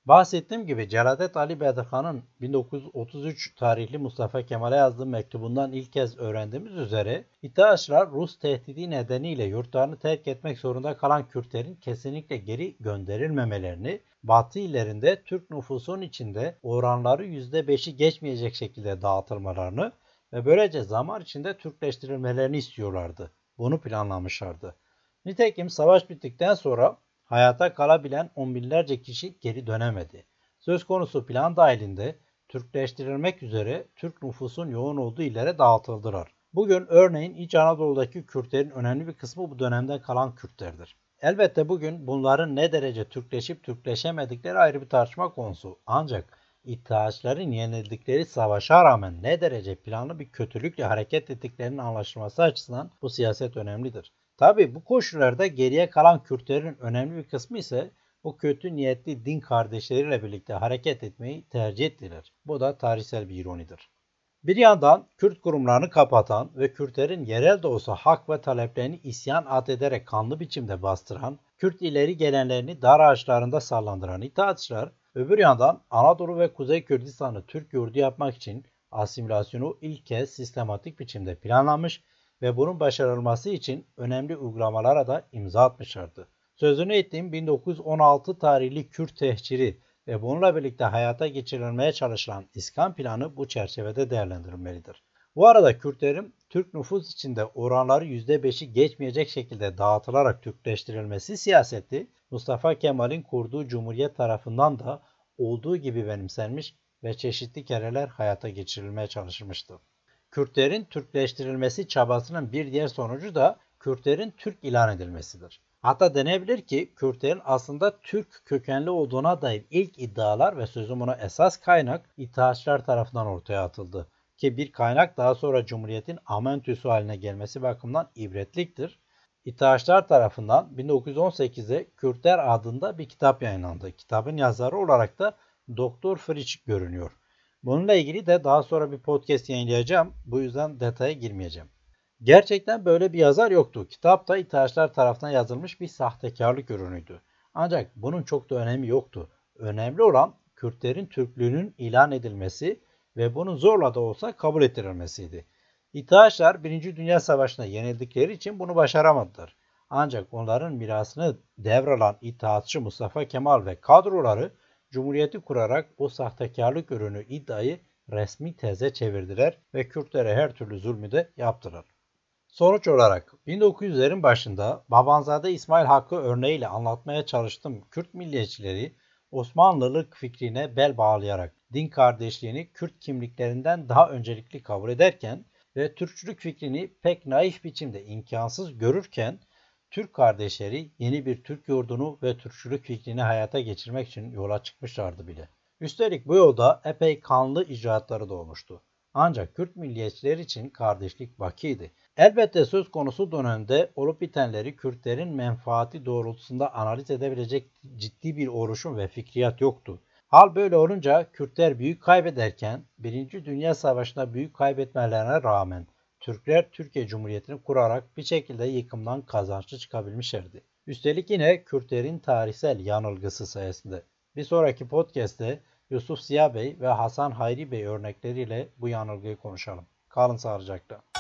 Bahsettiğim gibi Celadet Ali Bedirhan'ın 1933 tarihli Mustafa Kemal'e yazdığı mektubundan ilk kez öğrendiğimiz üzere İttihatçılar Rus tehdidi nedeniyle yurtlarını terk etmek zorunda kalan Kürtlerin kesinlikle geri gönderilmemelerini, Batı illerinde Türk nüfusun içinde oranları %5'i geçmeyecek şekilde dağıtılmalarını ve böylece zaman içinde Türkleştirilmelerini istiyorlardı. Bunu planlamışlardı. Nitekim savaş bittikten sonra hayata kalabilen on binlerce kişi geri dönemedi. Söz konusu plan dahilinde Türkleştirilmek üzere Türk nüfusun yoğun olduğu illere dağıtıldılar. Bugün örneğin İç Anadolu'daki Kürtlerin önemli bir kısmı bu dönemden kalan Kürtlerdir. Elbette bugün bunların ne derece Türkleşip Türkleşemedikleri ayrı bir tartışma konusu. Ancak İttihatçıların yenildikleri savaşa rağmen ne derece planlı bir kötülükle hareket ettiklerinin anlaşılması açısından bu siyaset önemlidir. Tabi bu koşullarda geriye kalan Kürtlerin önemli bir kısmı ise bu kötü niyetli din kardeşleriyle birlikte hareket etmeyi tercih ettiler. Bu da tarihsel bir ironidir. Bir yandan Kürt kurumlarını kapatan ve Kürtlerin yerel de olsa hak ve taleplerini isyan ederek kanlı biçimde bastıran, Kürt ileri gelenlerini dar ağaçlarında sallandıran İttihatçılar, öbür yandan Anadolu ve Kuzey Kürdistan'ı Türk yurdu yapmak için asimilasyonu ilk kez sistematik biçimde planlamış ve bunun başarılması için önemli uygulamalara da imza atmışlardı. Sözünü ettiğim 1916 tarihli Kürt tehciri ve bununla birlikte hayata geçirilmeye çalışılan İskan planı bu çerçevede değerlendirilmelidir. Bu arada Kürtlerin Türk nüfus içinde oranları %5'i geçmeyecek şekilde dağıtılarak Türkleştirilmesi siyaseti Mustafa Kemal'in kurduğu Cumhuriyet tarafından da olduğu gibi benimsenmiş ve çeşitli kereler hayata geçirilmeye çalışılmıştı. Kürtlerin Türkleştirilmesi çabasının bir diğer sonucu da Kürtlerin Türk ilan edilmesidir. Hatta denebilir ki Kürtlerin aslında Türk kökenli olduğuna dair ilk iddialar ve sözüm buna esas kaynak İttihatçılar tarafından ortaya atıldı. Ki bir kaynak daha sonra Cumhuriyet'in amentüsü haline gelmesi bakımından ibretliktir. İttihatçılar tarafından 1918'de Kürtler adında bir kitap yayınlandı. Kitabın yazarı olarak da Doktor Friç görünüyor. Bununla ilgili de daha sonra bir podcast yayınlayacağım. Bu yüzden detaya girmeyeceğim. Gerçekten böyle bir yazar yoktu. Kitap da İttihatçılar tarafından yazılmış bir sahtekarlık ürünüydü. Ancak bunun çok da önemi yoktu. Önemli olan Kürtlerin Türklüğünün ilan edilmesi ve bunun zorla da olsa kabul ettirilmesiydi. İttihatçılar 1. Dünya Savaşı'nda yenildikleri için bunu başaramadılar. Ancak onların mirasını devralan İttihatçı Mustafa Kemal ve kadroları Cumhuriyeti kurarak bu sahtekarlık ürünü iddiayı resmi teze çevirdiler ve Kürtlere her türlü zulmü de yaptılar. Sonuç olarak 1900'lerin başında Babanzade İsmail Hakkı örneğiyle anlatmaya çalıştığım Kürt milliyetçileri Osmanlılık fikrine bel bağlayarak din kardeşliğini Kürt kimliklerinden daha öncelikli kabul ederken ve Türkçülük fikrini pek naif biçimde imkansız görürken Türk kardeşleri yeni bir Türk yurdunu ve Türkçülük fikrini hayata geçirmek için yola çıkmışlardı bile. Üstelik bu yolda epey kanlı icraatları da olmuştu. Ancak Kürt milliyetçiler için kardeşlik bakiydi. Elbette söz konusu dönemde olup bitenleri Kürtlerin menfaati doğrultusunda analiz edebilecek ciddi bir oluşum ve fikriyat yoktu. Hal böyle olunca Kürtler büyük kaybederken 1. Dünya Savaşı'nda büyük kaybetmelerine rağmen Türkler Türkiye Cumhuriyeti'ni kurarak bir şekilde yıkımdan kazançlı çıkabilmişlerdi. Üstelik yine Kürtlerin tarihsel yanılgısı sayesinde. Bir sonraki podcast'te Yusuf Ziya Bey ve Hasan Hayri Bey örnekleriyle bu yanılgıyı konuşalım. Kalın sağlıcakla.